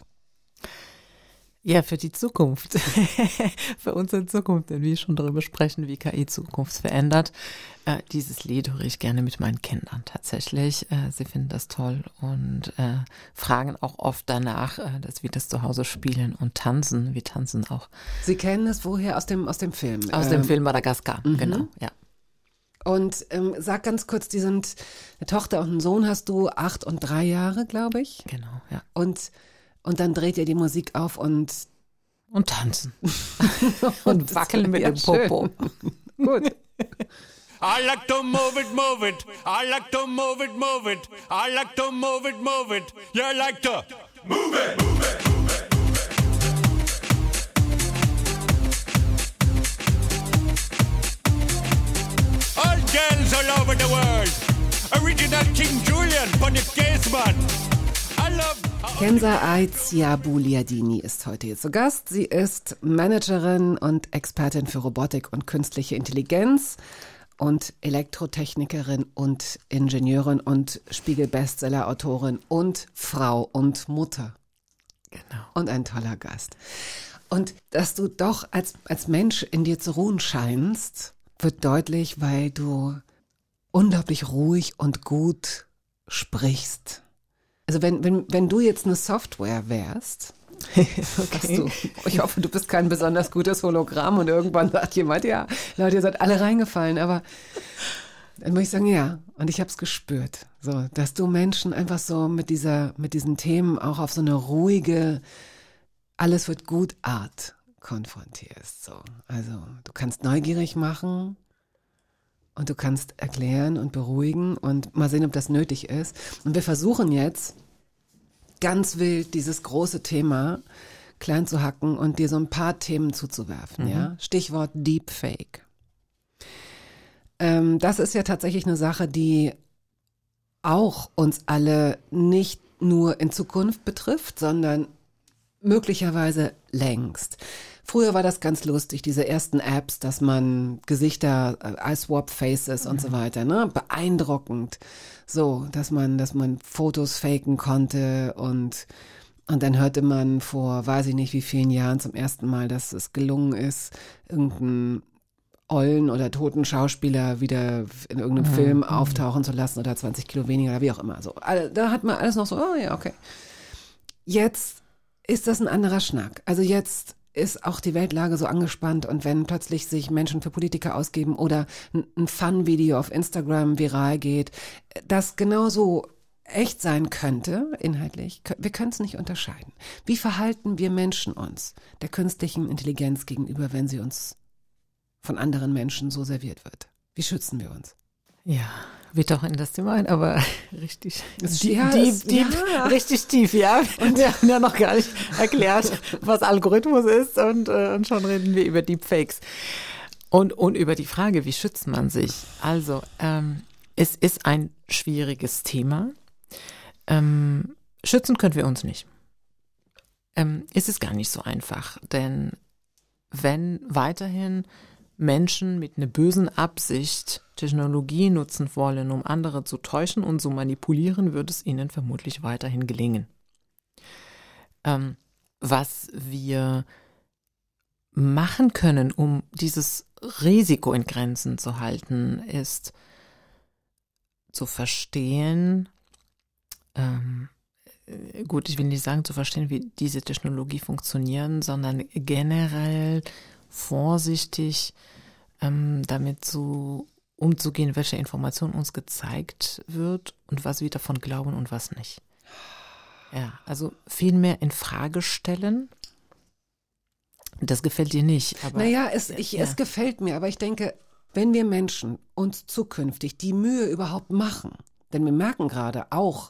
Ja, für die Zukunft. Für unsere Zukunft, wenn wir schon darüber sprechen, wie KI Zukunft verändert. Dieses Lied höre ich gerne mit meinen Kindern tatsächlich. Sie finden das toll und fragen auch oft danach, dass wir das zu Hause spielen und tanzen. Wir tanzen auch. Sie kennen es woher? Aus dem Film? Aus dem Film Madagaskar, genau, ja. Und sag ganz kurz, die sind eine Tochter und einen Sohn hast du, 8 und 3 Jahre, glaube ich. Genau, ja. Und dann dreht ihr die Musik auf und tanzen. und wackeln mit dem Popo. Gut. I like to move it, move it. I like to move it, move it. I like to move it, move it. You like to move it, move it. All girls all over the world. Original King Julian von the Caseman. I love... Kenza Aitsiabuliadini ist heute hier zu Gast. Sie ist Managerin und Expertin für Robotik und künstliche Intelligenz und Elektrotechnikerin und Ingenieurin und Spiegel-Bestseller-Autorin und Frau und Mutter. Genau. Und ein toller Gast. Und dass du doch als Mensch in dir zu ruhen scheinst, wird deutlich, weil du unglaublich ruhig und gut sprichst. Also wenn du jetzt eine Software wärst, okay. Ich hoffe, du bist kein besonders gutes Hologramm und irgendwann sagt jemand, ja, Leute, ihr seid alle reingefallen, aber dann muss ich sagen, ja, und ich habe es gespürt, so, dass du Menschen einfach so mit diesen Themen auch auf so eine ruhige, alles wird gut Art konfrontierst. So. Also du kannst neugierig machen und du kannst erklären und beruhigen und mal sehen, ob das nötig ist. Und wir versuchen jetzt ganz wild dieses große Thema klein zu hacken und dir so ein paar Themen zuzuwerfen. Ja? Stichwort Deepfake. Das ist ja tatsächlich eine Sache, die auch uns alle nicht nur in Zukunft betrifft, sondern möglicherweise längst. Früher war das ganz lustig, diese ersten Apps, dass man Gesichter, Eye-Swap-Faces und so weiter, ne, beeindruckend, so, dass man Fotos faken konnte und dann hörte man vor, weiß ich nicht wie vielen Jahren zum ersten Mal, dass es gelungen ist, irgendeinen ollen oder toten Schauspieler wieder in irgendeinem Film auftauchen zu lassen oder 20 Kilo weniger oder wie auch immer. So, da hat man alles noch so, oh ja, okay. Jetzt ist das ein anderer Schnack. Also jetzt ist auch die Weltlage so angespannt und wenn plötzlich sich Menschen für Politiker ausgeben oder ein Fun-Video auf Instagram viral geht, das genauso echt sein könnte, inhaltlich, wir können es nicht unterscheiden. Wie verhalten wir Menschen uns der künstlichen Intelligenz gegenüber, wenn sie uns von anderen Menschen so serviert wird? Wie schützen wir uns? Ja, wird doch in das Thema ein, aber richtig richtig tief, ja. Und wir haben ja noch gar nicht erklärt, was Algorithmus ist und schon reden wir über Deepfakes. Und über die Frage, wie schützt man sich? Also, es ist ein schwieriges Thema. Schützen können wir uns nicht. Es ist gar nicht so einfach, denn wenn weiterhin Menschen mit einer bösen Absicht Technologie nutzen wollen, um andere zu täuschen und zu manipulieren, wird es ihnen vermutlich weiterhin gelingen. Was wir machen können, um dieses Risiko in Grenzen zu halten, ist zu verstehen, ich will nicht sagen zu verstehen, wie diese Technologie funktionieren, sondern generell vorsichtig damit umzugehen, welche Information uns gezeigt wird und was wir davon glauben und was nicht. Ja, also viel mehr in Frage stellen. Das gefällt dir nicht. Aber es gefällt mir, aber ich denke, wenn wir Menschen uns zukünftig die Mühe überhaupt machen, denn wir merken gerade auch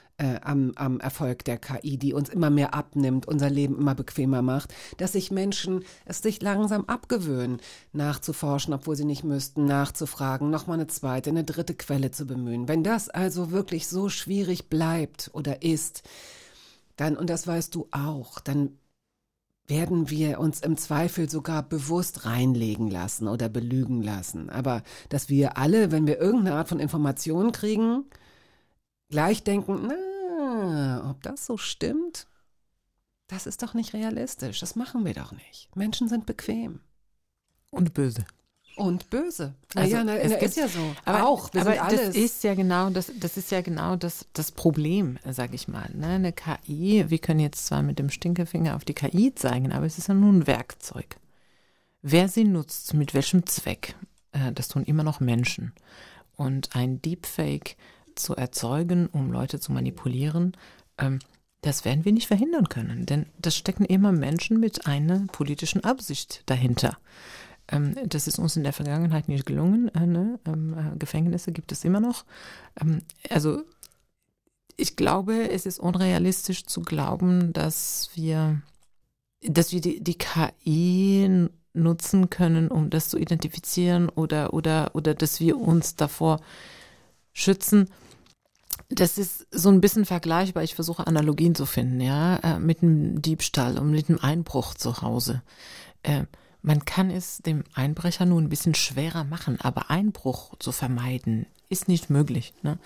am Erfolg der KI, die uns immer mehr abnimmt, unser Leben immer bequemer macht, dass sich Menschen es sich langsam abgewöhnen, nachzuforschen, obwohl sie nicht müssten, nachzufragen, nochmal eine zweite, eine dritte Quelle zu bemühen. Wenn das also wirklich so schwierig bleibt oder ist, dann, und das weißt du auch, dann werden wir uns im Zweifel sogar bewusst reinlegen lassen oder belügen lassen. Aber dass wir alle, wenn wir irgendeine Art von Information kriegen, gleich denken, ob das so stimmt, das ist doch nicht realistisch, das machen wir doch nicht. Menschen sind bequem. Und böse. Und böse. Ist ja so. Aber auch, wir sind alles. Das ist ja genau das Problem, sage ich mal. Ne? Eine KI, wir können jetzt zwar mit dem Stinkefinger auf die KI zeigen, aber es ist ja nur ein Werkzeug. Wer sie nutzt, mit welchem Zweck, das tun immer noch Menschen. Und ein Deepfake zu erzeugen, um Leute zu manipulieren, das werden wir nicht verhindern können, denn das stecken immer Menschen mit einer politischen Absicht dahinter. Das ist uns in der Vergangenheit nicht gelungen. Gefängnisse gibt es immer noch. Also ich glaube, es ist unrealistisch zu glauben, dass wir die KI nutzen können, um das zu identifizieren oder dass wir uns davor schützen. Das ist so ein bisschen vergleichbar. Ich versuche Analogien zu finden, mit einem Diebstahl und mit einem Einbruch zu Hause. Man kann es dem Einbrecher nur ein bisschen schwerer machen, aber Einbruch zu vermeiden ist nicht möglich. Ne?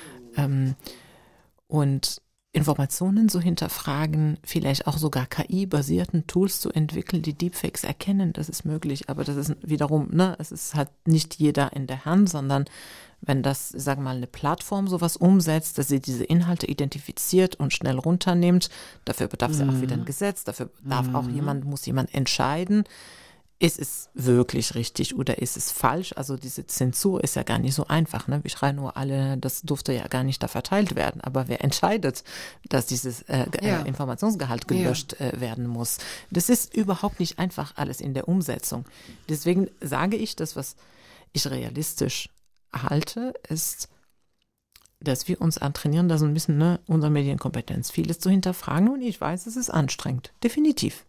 Und Informationen zu hinterfragen, vielleicht auch sogar KI-basierten Tools zu entwickeln, die Deepfakes erkennen, das ist möglich. Aber das ist wiederum, es ist halt nicht jeder in der Hand, sondern wenn das, sagen wir mal, eine Plattform sowas umsetzt, dass sie diese Inhalte identifiziert und schnell runternimmt, dafür bedarf es ja auch wieder ein Gesetz, dafür muss jemand entscheiden, ist es wirklich richtig oder ist es falsch? Also diese Zensur ist ja gar nicht so einfach. Ne? Wir schreien nur alle, das durfte ja gar nicht da verteilt werden. Aber wer entscheidet, dass dieses Informationsgehalt gelöscht werden muss? Das ist überhaupt nicht einfach alles in der Umsetzung. Deswegen sage ich, das, was ich realistisch halte, ist, dass wir uns antrainieren, da so ein bisschen unsere Medienkompetenz, vieles zu hinterfragen. Und ich weiß, es ist anstrengend. Definitiv.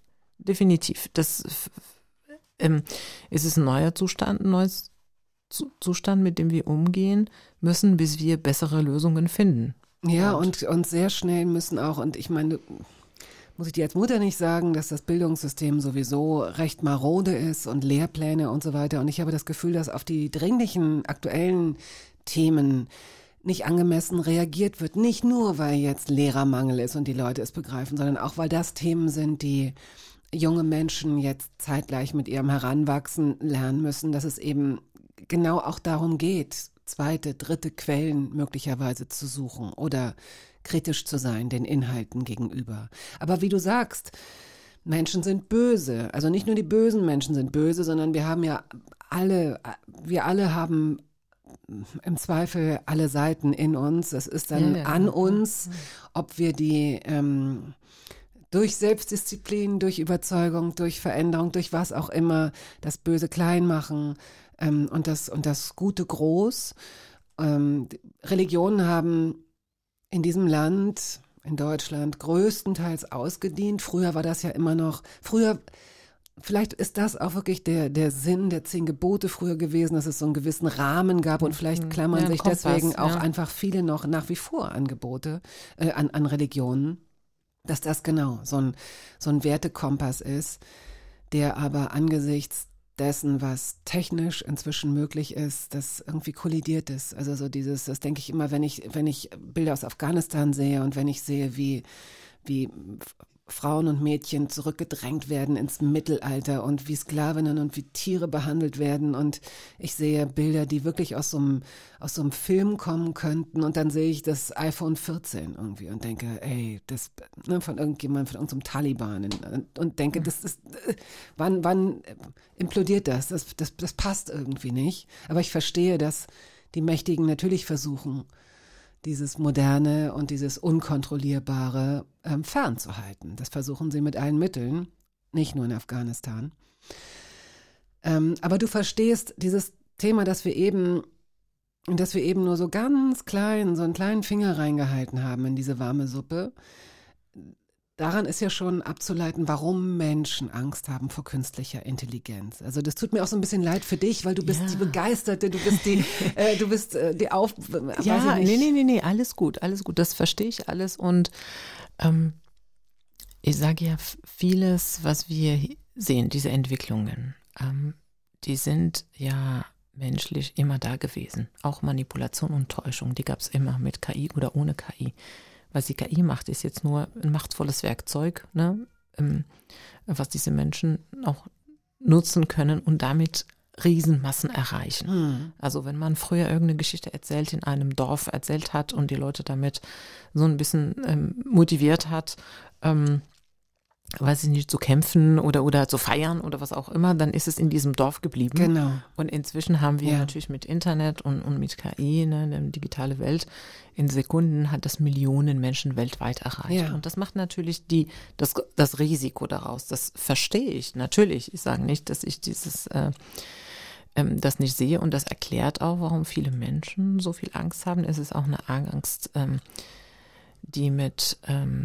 Es ist ein neuer Zustand, ein neues Zustand, mit dem wir umgehen müssen, bis wir bessere Lösungen finden. Ja, und sehr schnell müssen auch, und ich meine, muss ich dir als Mutter nicht sagen, dass das Bildungssystem sowieso recht marode ist und Lehrpläne und so weiter. Und ich habe das Gefühl, dass auf die dringlichen, aktuellen Themen nicht angemessen reagiert wird. Nicht nur, weil jetzt Lehrermangel ist und die Leute es begreifen, sondern auch, weil das Themen sind, die junge Menschen jetzt zeitgleich mit ihrem Heranwachsen lernen müssen, dass es eben genau auch darum geht, zweite, dritte Quellen möglicherweise zu suchen oder kritisch zu sein den Inhalten gegenüber. Aber wie du sagst, Menschen sind böse. Also nicht nur die bösen Menschen sind böse, sondern wir alle haben im Zweifel alle Seiten in uns. Es ist dann an uns, ob wir die durch Selbstdisziplin, durch Überzeugung, durch Veränderung, durch was auch immer, das Böse klein machen und das Gute groß. Religionen haben in diesem Land, in Deutschland, größtenteils ausgedient. Früher war das ja immer noch, vielleicht ist das auch wirklich der Sinn der 10 Gebote früher gewesen, dass es so einen gewissen Rahmen gab und vielleicht klammern sich deswegen auch einfach viele noch nach wie vor an Gebote, an Religionen, dass das genau so ein Wertekompass ist, der aber angesichts dessen, was technisch inzwischen möglich ist, das irgendwie kollidiert ist. Also so das denke ich immer, wenn ich Bilder aus Afghanistan sehe und wenn ich sehe, wie Frauen und Mädchen zurückgedrängt werden ins Mittelalter und wie Sklavinnen und wie Tiere behandelt werden und ich sehe Bilder, die wirklich aus so einem Film kommen könnten und dann sehe ich das iPhone 14 irgendwie und denke, ey, das von irgendjemandem, von irgendeinem Taliban und denke, das ist, wann implodiert das? Das passt irgendwie nicht. Aber ich verstehe, dass die Mächtigen natürlich versuchen, dieses Moderne und dieses Unkontrollierbare fernzuhalten. Das versuchen sie mit allen Mitteln, nicht nur in Afghanistan. Aber du verstehst dieses Thema, dass wir eben nur so ganz klein, so einen kleinen Finger reingehalten haben in diese warme Suppe. Daran ist ja schon abzuleiten, warum Menschen Angst haben vor künstlicher Intelligenz. Also das tut mir auch so ein bisschen leid für dich, weil du bist die Begeisterte, du bist die Ja, nee, alles gut, das verstehe ich alles und ich sage ja, vieles, was wir sehen, diese Entwicklungen, die sind ja menschlich immer da gewesen. Auch Manipulation und Täuschung, die gab es immer mit KI oder ohne KI. Was die KI macht, ist jetzt nur ein machtvolles Werkzeug, ne, was diese Menschen auch nutzen können und damit Riesenmassen erreichen. Also wenn man früher irgendeine Geschichte in einem Dorf erzählt hat und die Leute damit so ein bisschen motiviert hat, weiß ich nicht, zu kämpfen oder zu feiern oder was auch immer, dann ist es in diesem Dorf geblieben. Genau. Und inzwischen haben wir natürlich mit Internet und mit KI, ne, eine digitale Welt, in Sekunden hat das Millionen Menschen weltweit erreicht. Ja. Und das macht natürlich das Risiko daraus. Das verstehe ich natürlich. Ich sage nicht, dass ich das nicht sehe und das erklärt auch, warum viele Menschen so viel Angst haben. Es ist auch eine Angst, die mit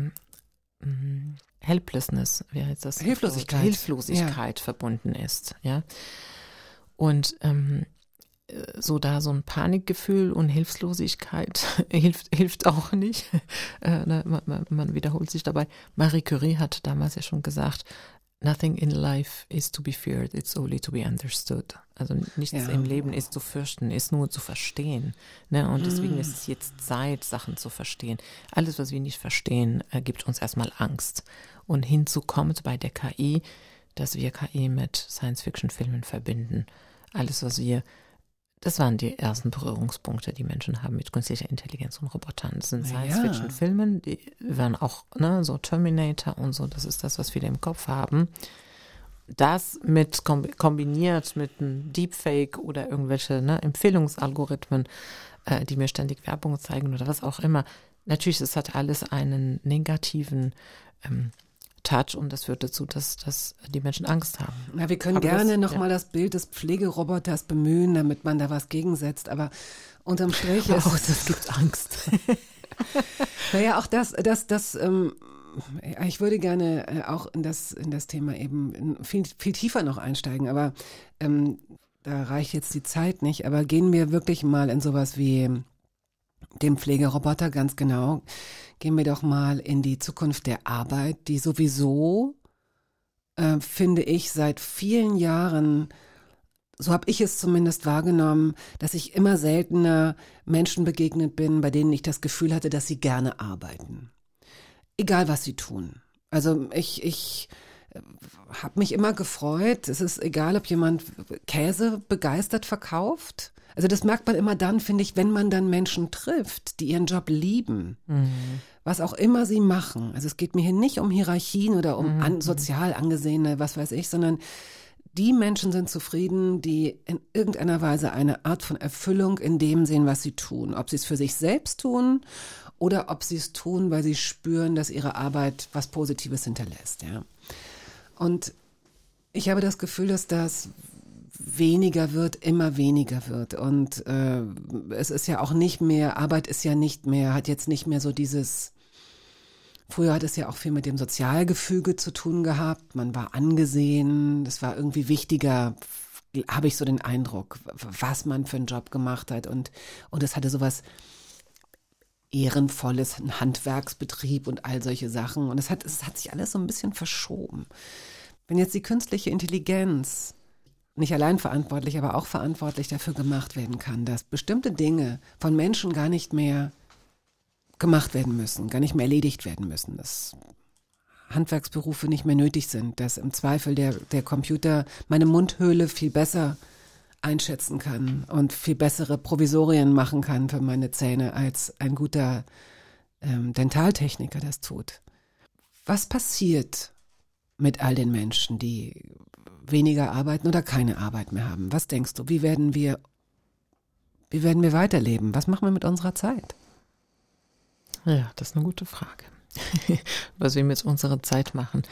Helplessness, wie heißt das? Hilflosigkeit verbunden ist, ja. Und so ein Panikgefühl und Hilflosigkeit hilft auch nicht. Man wiederholt sich dabei. Marie Curie hat damals ja schon gesagt, nothing in life is to be feared, it's only to be understood. Also nichts im Leben ist zu fürchten, ist nur zu verstehen. Ne? Und deswegen ist es jetzt Zeit, Sachen zu verstehen. Alles, was wir nicht verstehen, gibt uns erstmal Angst. Und hinzu kommt bei der KI, dass wir KI mit Science-Fiction-Filmen verbinden. Alles, das waren die ersten Berührungspunkte, die Menschen haben mit künstlicher Intelligenz und Robotern. Das sind Science-Fiction-Filme, die waren auch so Terminator und so, das ist das, was viele im Kopf haben. Das kombiniert mit einem Deepfake oder irgendwelche Empfehlungsalgorithmen, die mir ständig Werbung zeigen oder was auch immer. Natürlich, das hat alles einen negativen Touch und das führt dazu, dass die Menschen Angst haben. Na, wir können gerne nochmal das Bild des Pflegeroboters bemühen, damit man da was gegensetzt, aber unterm Strich ist auch das gibt Angst. Naja, auch das ich würde gerne auch in das Thema eben viel, viel tiefer noch einsteigen, aber da reicht jetzt die Zeit nicht, aber gehen wir wirklich mal in sowas wie dem Pflegeroboter, ganz genau. Gehen wir doch mal in die Zukunft der Arbeit, die sowieso, finde ich, seit vielen Jahren, so habe ich es zumindest wahrgenommen, dass ich immer seltener Menschen begegnet bin, bei denen ich das Gefühl hatte, dass sie gerne arbeiten. Egal, was sie tun. Also ich habe mich immer gefreut. Es ist egal, ob jemand Käse begeistert verkauft. Also das merkt man immer dann, finde ich, wenn man dann Menschen trifft, die ihren Job lieben. was auch immer sie machen. Also es geht mir hier nicht um Hierarchien oder um sozial angesehene, was weiß ich, sondern die Menschen sind zufrieden, die in irgendeiner Weise eine Art von Erfüllung in dem sehen, was sie tun. Ob sie es für sich selbst tun oder ob sie es tun, weil sie spüren, dass ihre Arbeit was Positives hinterlässt. Ja. Und ich habe das Gefühl, dass das weniger wird, immer weniger wird. Und es ist ja auch nicht mehr, Arbeit ist ja nicht mehr, hat jetzt nicht mehr so dieses, früher hat es ja auch viel mit dem Sozialgefüge zu tun gehabt. Man war angesehen, das war irgendwie wichtiger, habe ich so den Eindruck, was man für einen Job gemacht hat. Und es hatte sowas Ehrenvolles, ein Handwerksbetrieb und all solche Sachen. Und es hat sich alles so ein bisschen verschoben. Wenn jetzt die künstliche Intelligenz nicht allein verantwortlich, aber auch verantwortlich dafür gemacht werden kann, dass bestimmte Dinge von Menschen gar nicht mehr gemacht werden müssen, gar nicht mehr erledigt werden müssen, dass Handwerksberufe nicht mehr nötig sind, dass im Zweifel der Computer meine Mundhöhle viel besser einschätzen kann und viel bessere Provisorien machen kann für meine Zähne, als ein guter Dentaltechniker das tut. Was passiert mit all den Menschen, die weniger arbeiten oder keine Arbeit mehr haben? Was denkst du, wie werden wir weiterleben? Was machen wir mit unserer Zeit? Ja, das ist eine gute Frage. Was wir mit unserer Zeit machen.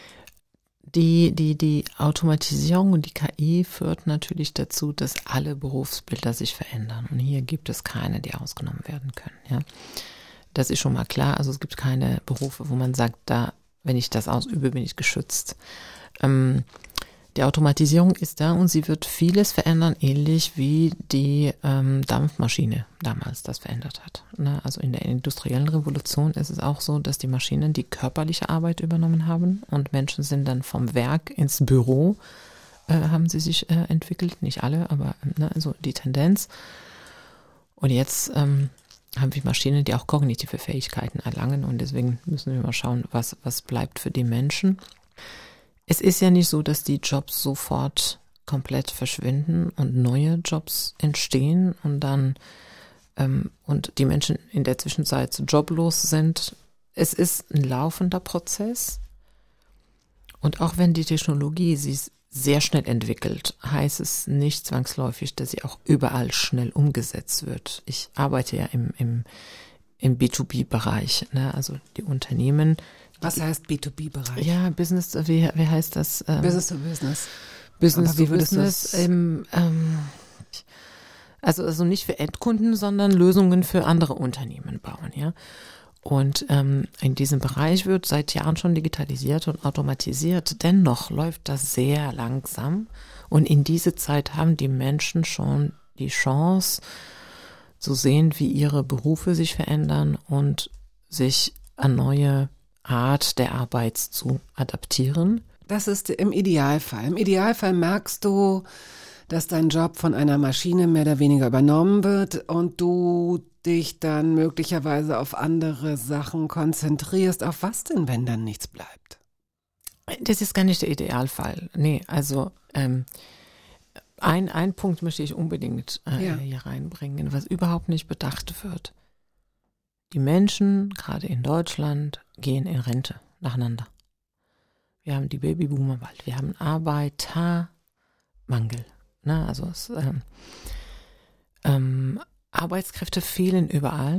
Die Automatisierung und die KI führt natürlich dazu, dass alle Berufsbilder sich verändern. Und hier gibt es keine, die ausgenommen werden können. Ja? Das ist schon mal klar. Also es gibt keine Berufe, wo man sagt, wenn ich das ausübe, bin ich geschützt. Die Automatisierung ist da und sie wird vieles verändern, ähnlich wie die Dampfmaschine damals das verändert hat. Also in der industriellen Revolution ist es auch so, dass die Maschinen die körperliche Arbeit übernommen haben und Menschen sind dann vom Werk ins Büro, haben sie sich entwickelt. Nicht alle, aber also die Tendenz. Und jetzt haben wir Maschinen, die auch kognitive Fähigkeiten erlangen und deswegen müssen wir mal schauen, was bleibt für die Menschen. Es ist ja nicht so, dass die Jobs sofort komplett verschwinden und neue Jobs entstehen und dann und die Menschen in der Zwischenzeit joblos sind. Es ist ein laufender Prozess und auch wenn die Technologie sich sehr schnell entwickelt, heißt es nicht zwangsläufig, dass sie auch überall schnell umgesetzt wird. Ich arbeite ja im B2B-Bereich, also die Unternehmen. Was heißt B2B-Bereich? Ja, Business, wie heißt das? Business to Business. Business to Business. Also nicht für Endkunden, sondern Lösungen für andere Unternehmen bauen, ja. Und in diesem Bereich wird seit Jahren schon digitalisiert und automatisiert. Dennoch läuft das sehr langsam. Und in dieser Zeit haben die Menschen schon die Chance zu sehen, wie ihre Berufe sich verändern und sich an neue Art der Arbeit zu adaptieren. Das ist im Idealfall. Im Idealfall merkst du, dass dein Job von einer Maschine mehr oder weniger übernommen wird und du dich dann möglicherweise auf andere Sachen konzentrierst. Auf was denn, wenn dann nichts bleibt? Das ist gar nicht der Idealfall. Nee, also ein Punkt möchte ich unbedingt hier reinbringen, was überhaupt nicht bedacht wird. Die Menschen, gerade in Deutschland, gehen in Rente nacheinander. Wir haben die Babyboomer bald, wir haben Arbeitermangel. Also Arbeitskräfte fehlen überall.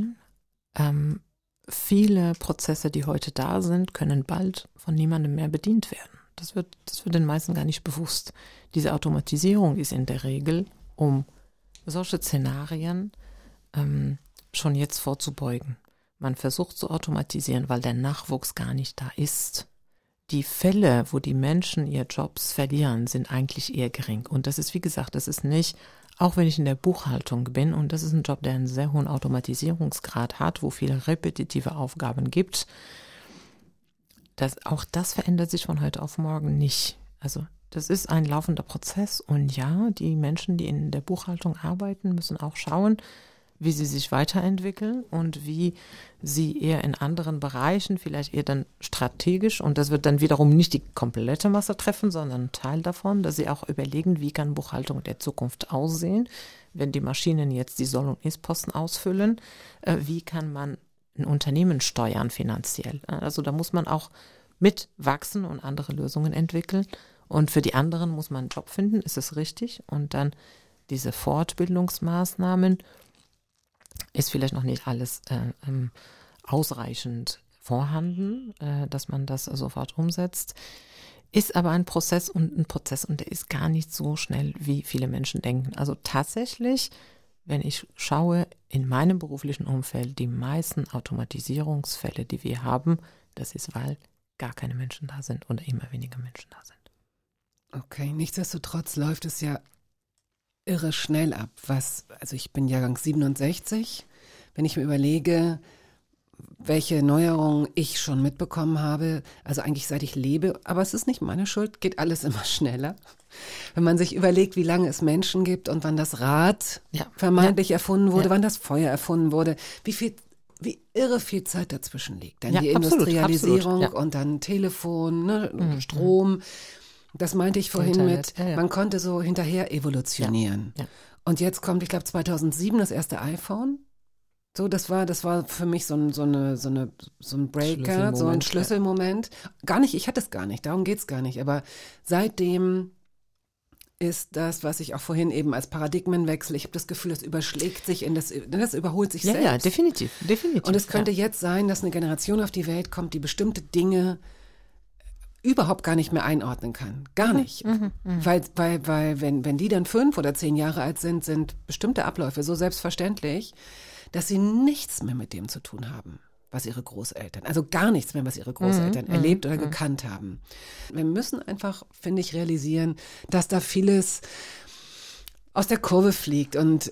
Viele Prozesse, die heute da sind, können bald von niemandem mehr bedient werden. Das wird den meisten gar nicht bewusst. Diese Automatisierung ist in der Regel, um solche Szenarien schon jetzt vorzubeugen. Man versucht zu automatisieren, weil der Nachwuchs gar nicht da ist. Die Fälle, wo die Menschen ihre Jobs verlieren, sind eigentlich eher gering. Und das ist, wie gesagt, das ist nicht, auch wenn ich in der Buchhaltung bin, und das ist ein Job, der einen sehr hohen Automatisierungsgrad hat, wo viele repetitive Aufgaben gibt, auch das verändert sich von heute auf morgen nicht. Also das ist ein laufender Prozess und ja, die Menschen, die in der Buchhaltung arbeiten, müssen auch schauen, wie sie sich weiterentwickeln und wie sie eher in anderen Bereichen, vielleicht eher dann strategisch, und das wird dann wiederum nicht die komplette Masse treffen, sondern einen Teil davon, dass sie auch überlegen, wie kann Buchhaltung der Zukunft aussehen, wenn die Maschinen jetzt die Soll- und Ist-Posten ausfüllen, wie kann man ein Unternehmen steuern finanziell. Also da muss man auch mitwachsen und andere Lösungen entwickeln. Und für die anderen muss man einen Job finden, ist es richtig? Und dann diese Fortbildungsmaßnahmen ist vielleicht noch nicht alles ausreichend vorhanden, dass man das sofort umsetzt. Ist aber ein Prozess und der ist gar nicht so schnell, wie viele Menschen denken. Also tatsächlich, wenn ich schaue, in meinem beruflichen Umfeld, die meisten Automatisierungsfälle, die wir haben, das ist, weil gar keine Menschen da sind oder immer weniger Menschen da sind. Okay, nichtsdestotrotz läuft es ja irre schnell ab. Also ich bin Jahrgang 67, wenn ich mir überlege, welche Neuerungen ich schon mitbekommen habe, also eigentlich seit ich lebe, aber es ist nicht meine Schuld, geht alles immer schneller. Wenn man sich überlegt, wie lange es Menschen gibt und wann das Rad vermeintlich erfunden wurde, wann das Feuer erfunden wurde, wie irre viel Zeit dazwischen liegt. Dann die Industrialisierung und dann Telefon, Strom. Das meinte ich vorhin Internet, man konnte so hinterher evolutionieren. Ja. Und jetzt kommt, ich glaube 2007 das erste iPhone. So, das war für mich so ein Breaker, so ein Schlüsselmoment. Gar nicht, ich hatte es gar nicht, darum geht's gar nicht. Aber seitdem ist das, was ich auch vorhin eben als Paradigmenwechsel, ich habe das Gefühl, das überschlägt sich das überholt sich selbst. Ja, definitiv. Und es könnte jetzt sein, dass eine Generation auf die Welt kommt, die bestimmte Dinge überhaupt gar nicht mehr einordnen kann. Gar nicht. Weil wenn die dann 5 oder 10 Jahre alt sind bestimmte Abläufe so selbstverständlich, dass sie nichts mehr mit dem zu tun haben, was ihre Großeltern, also gar nichts mehr, was ihre Großeltern erlebt oder gekannt haben. Wir müssen einfach, finde ich, realisieren, dass da vieles aus der Kurve fliegt und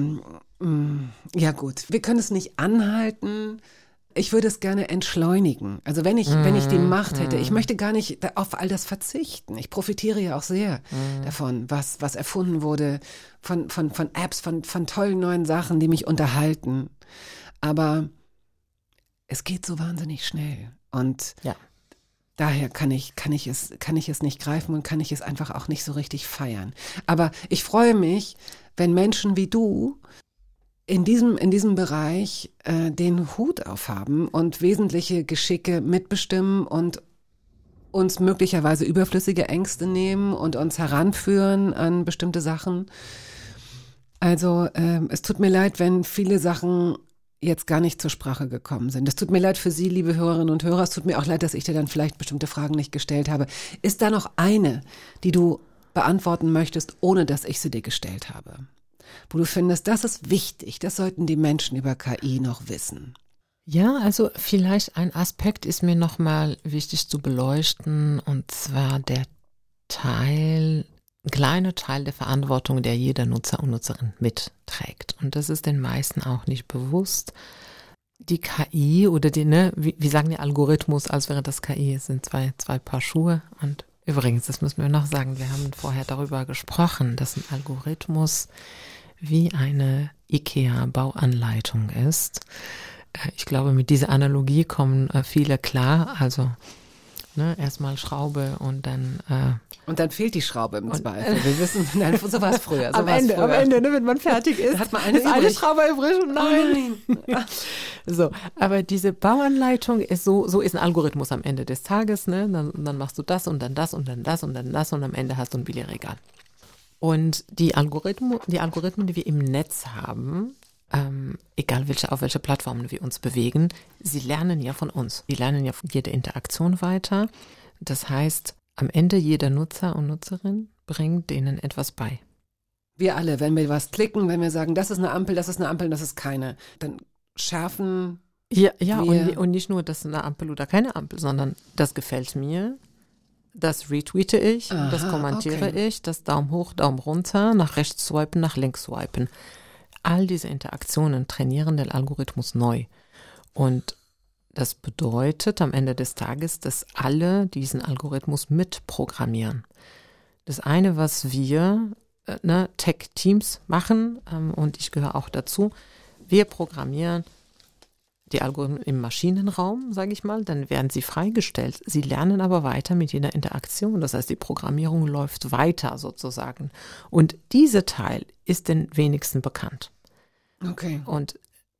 ja gut, wir können es nicht anhalten. Ich würde es gerne entschleunigen. Also wenn ich die Macht hätte, ich möchte gar nicht auf all das verzichten. Ich profitiere ja auch sehr davon, was erfunden wurde, von Apps, von tollen neuen Sachen, die mich unterhalten. Aber es geht so wahnsinnig schnell. Und daher kann ich es nicht greifen und kann ich es einfach auch nicht so richtig feiern. Aber ich freue mich, wenn Menschen wie du in diesem Bereich den Hut aufhaben und wesentliche Geschicke mitbestimmen und uns möglicherweise überflüssige Ängste nehmen und uns heranführen an bestimmte Sachen. Also es tut mir leid, wenn viele Sachen jetzt gar nicht zur Sprache gekommen sind. Es tut mir leid für Sie, liebe Hörerinnen und Hörer. Es tut mir auch leid, dass ich dir dann vielleicht bestimmte Fragen nicht gestellt habe. Ist da noch eine, die du beantworten möchtest, ohne dass ich sie dir gestellt habe? Wo du findest, das ist wichtig, das sollten die Menschen über KI noch wissen. Ja, also vielleicht ein Aspekt ist mir nochmal wichtig zu beleuchten, und zwar der kleine Teil der Verantwortung, der jeder Nutzer und Nutzerin mitträgt. Und das ist den meisten auch nicht bewusst. Die KI oder wir sagen ja Algorithmus, als wäre das KI, es sind zwei Paar Schuhe. Und übrigens, das müssen wir noch sagen, wir haben vorher darüber gesprochen, dass ein Algorithmus wie eine IKEA-Bauanleitung ist. Ich glaube, mit dieser Analogie kommen viele klar. Also erstmal Schraube und dann... Und dann fehlt die Schraube im Zweifel. Wir wissen, so war es früher. Am Ende, wenn man fertig ist, hat man eine Schraube übrig und nein. So, aber diese Bauanleitung ist so ist ein Algorithmus am Ende des Tages. Dann machst du das und dann das und dann das und dann das und am Ende hast du ein Billigregal. Und die Algorithmen, die wir im Netz haben, egal auf welche Plattformen wir uns bewegen, sie lernen ja von uns. Die lernen ja von jeder Interaktion weiter. Das heißt, am Ende jeder Nutzer und Nutzerin bringt denen etwas bei. Wir alle, wenn wir was klicken, wenn wir sagen, das ist eine Ampel, das ist keine, dann schärfen wir. Und nicht nur, das ist eine Ampel oder keine Ampel, sondern das gefällt mir. Das retweete ich, das kommentiere ich, das Daumen hoch, Daumen runter, nach rechts swipen, nach links swipen. All diese Interaktionen trainieren den Algorithmus neu. Und das bedeutet am Ende des Tages, dass alle diesen Algorithmus mitprogrammieren. Das eine, was wir Tech-Teams machen, und ich gehöre auch dazu, wir programmieren die Algorithmen im Maschinenraum, sage ich mal, dann werden sie freigestellt. Sie lernen aber weiter mit jeder Interaktion. Das heißt, die Programmierung läuft weiter sozusagen. Und dieser Teil ist den wenigsten bekannt. Okay. Und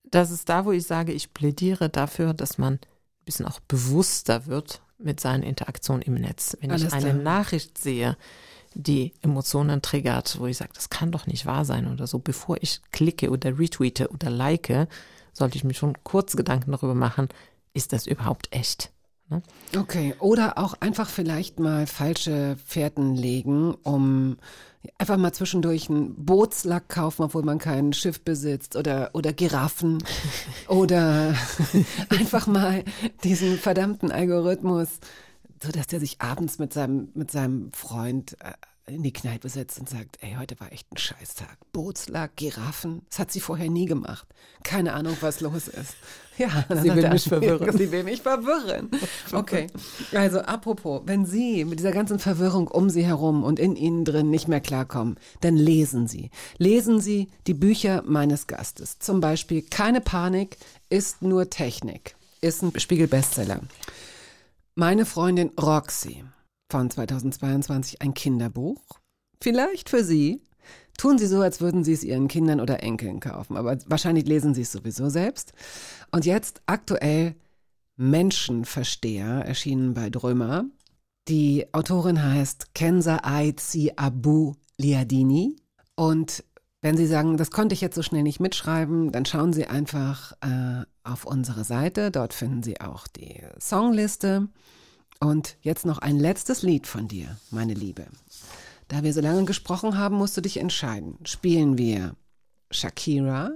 das ist da, wo ich sage, ich plädiere dafür, dass man ein bisschen auch bewusster wird mit seinen Interaktionen im Netz. Wenn ich eine Nachricht sehe, die Emotionen triggert, wo ich sage, das kann doch nicht wahr sein oder so, bevor ich klicke oder retweete oder like, sollte ich mir schon kurz Gedanken darüber machen, ist das überhaupt echt? Ne? Okay, oder auch einfach vielleicht mal falsche Fährten legen, um einfach mal zwischendurch einen Bootslack kaufen, obwohl man kein Schiff besitzt oder Giraffen oder einfach mal diesen verdammten Algorithmus, so dass der sich abends mit seinem Freund in die Kneipe setzt und sagt, ey, heute war echt ein Scheißtag. Bootslack, Giraffen, das hat sie vorher nie gemacht. Keine Ahnung, was los ist. Ja, sie will mich verwirren. Sie will mich verwirren. Okay, also apropos, wenn Sie mit dieser ganzen Verwirrung um Sie herum und in Ihnen drin nicht mehr klarkommen, dann lesen Sie. Lesen Sie die Bücher meines Gastes. Zum Beispiel Keine Panik ist nur Technik. Ist ein Spiegel-Bestseller. Meine Freundin Roxy von 2022, ein Kinderbuch. Vielleicht für Sie. Tun Sie so, als würden Sie es Ihren Kindern oder Enkeln kaufen, aber wahrscheinlich lesen Sie es sowieso selbst. Und jetzt aktuell Menschenversteher, erschienen bei Drömer. Die Autorin heißt Kenza Aitzi Abu Liadini. Und wenn Sie sagen, das konnte ich jetzt so schnell nicht mitschreiben, dann schauen Sie einfach auf unsere Seite. Dort finden Sie auch die Songliste. Und jetzt noch ein letztes Lied von dir, meine Liebe. Da wir so lange gesprochen haben, musst du dich entscheiden. Spielen wir Shakira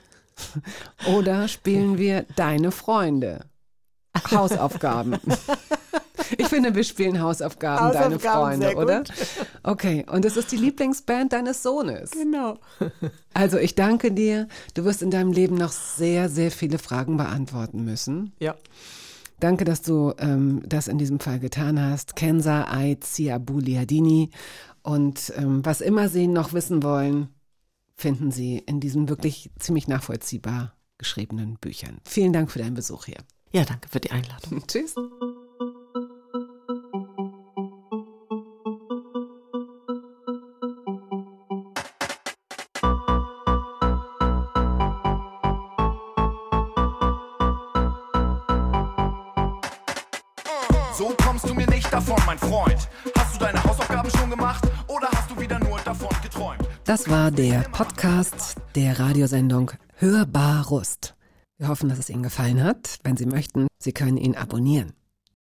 oder spielen wir Deine Freunde? Hausaufgaben. Ich finde, wir spielen Hausaufgaben Deine Freunde, oder? Okay, und es ist die Lieblingsband deines Sohnes. Genau. Also ich danke dir. Du wirst in deinem Leben noch sehr, sehr viele Fragen beantworten müssen. Ja. Danke, dass du das in diesem Fall getan hast. Kenza Aitzi Abu Liadini. Und was immer Sie noch wissen wollen, finden Sie in diesen wirklich ziemlich nachvollziehbar geschriebenen Büchern. Vielen Dank für deinen Besuch hier. Ja, danke für die Einladung. Tschüss. So kommst du mir nicht davon, mein Freund. Hast du deine Hausaufgaben schon gemacht oder hast du wieder nur davon geträumt? Das war der Podcast der Radiosendung Hörbar Rust. Wir hoffen, dass es Ihnen gefallen hat. Wenn Sie möchten, Sie können ihn abonnieren.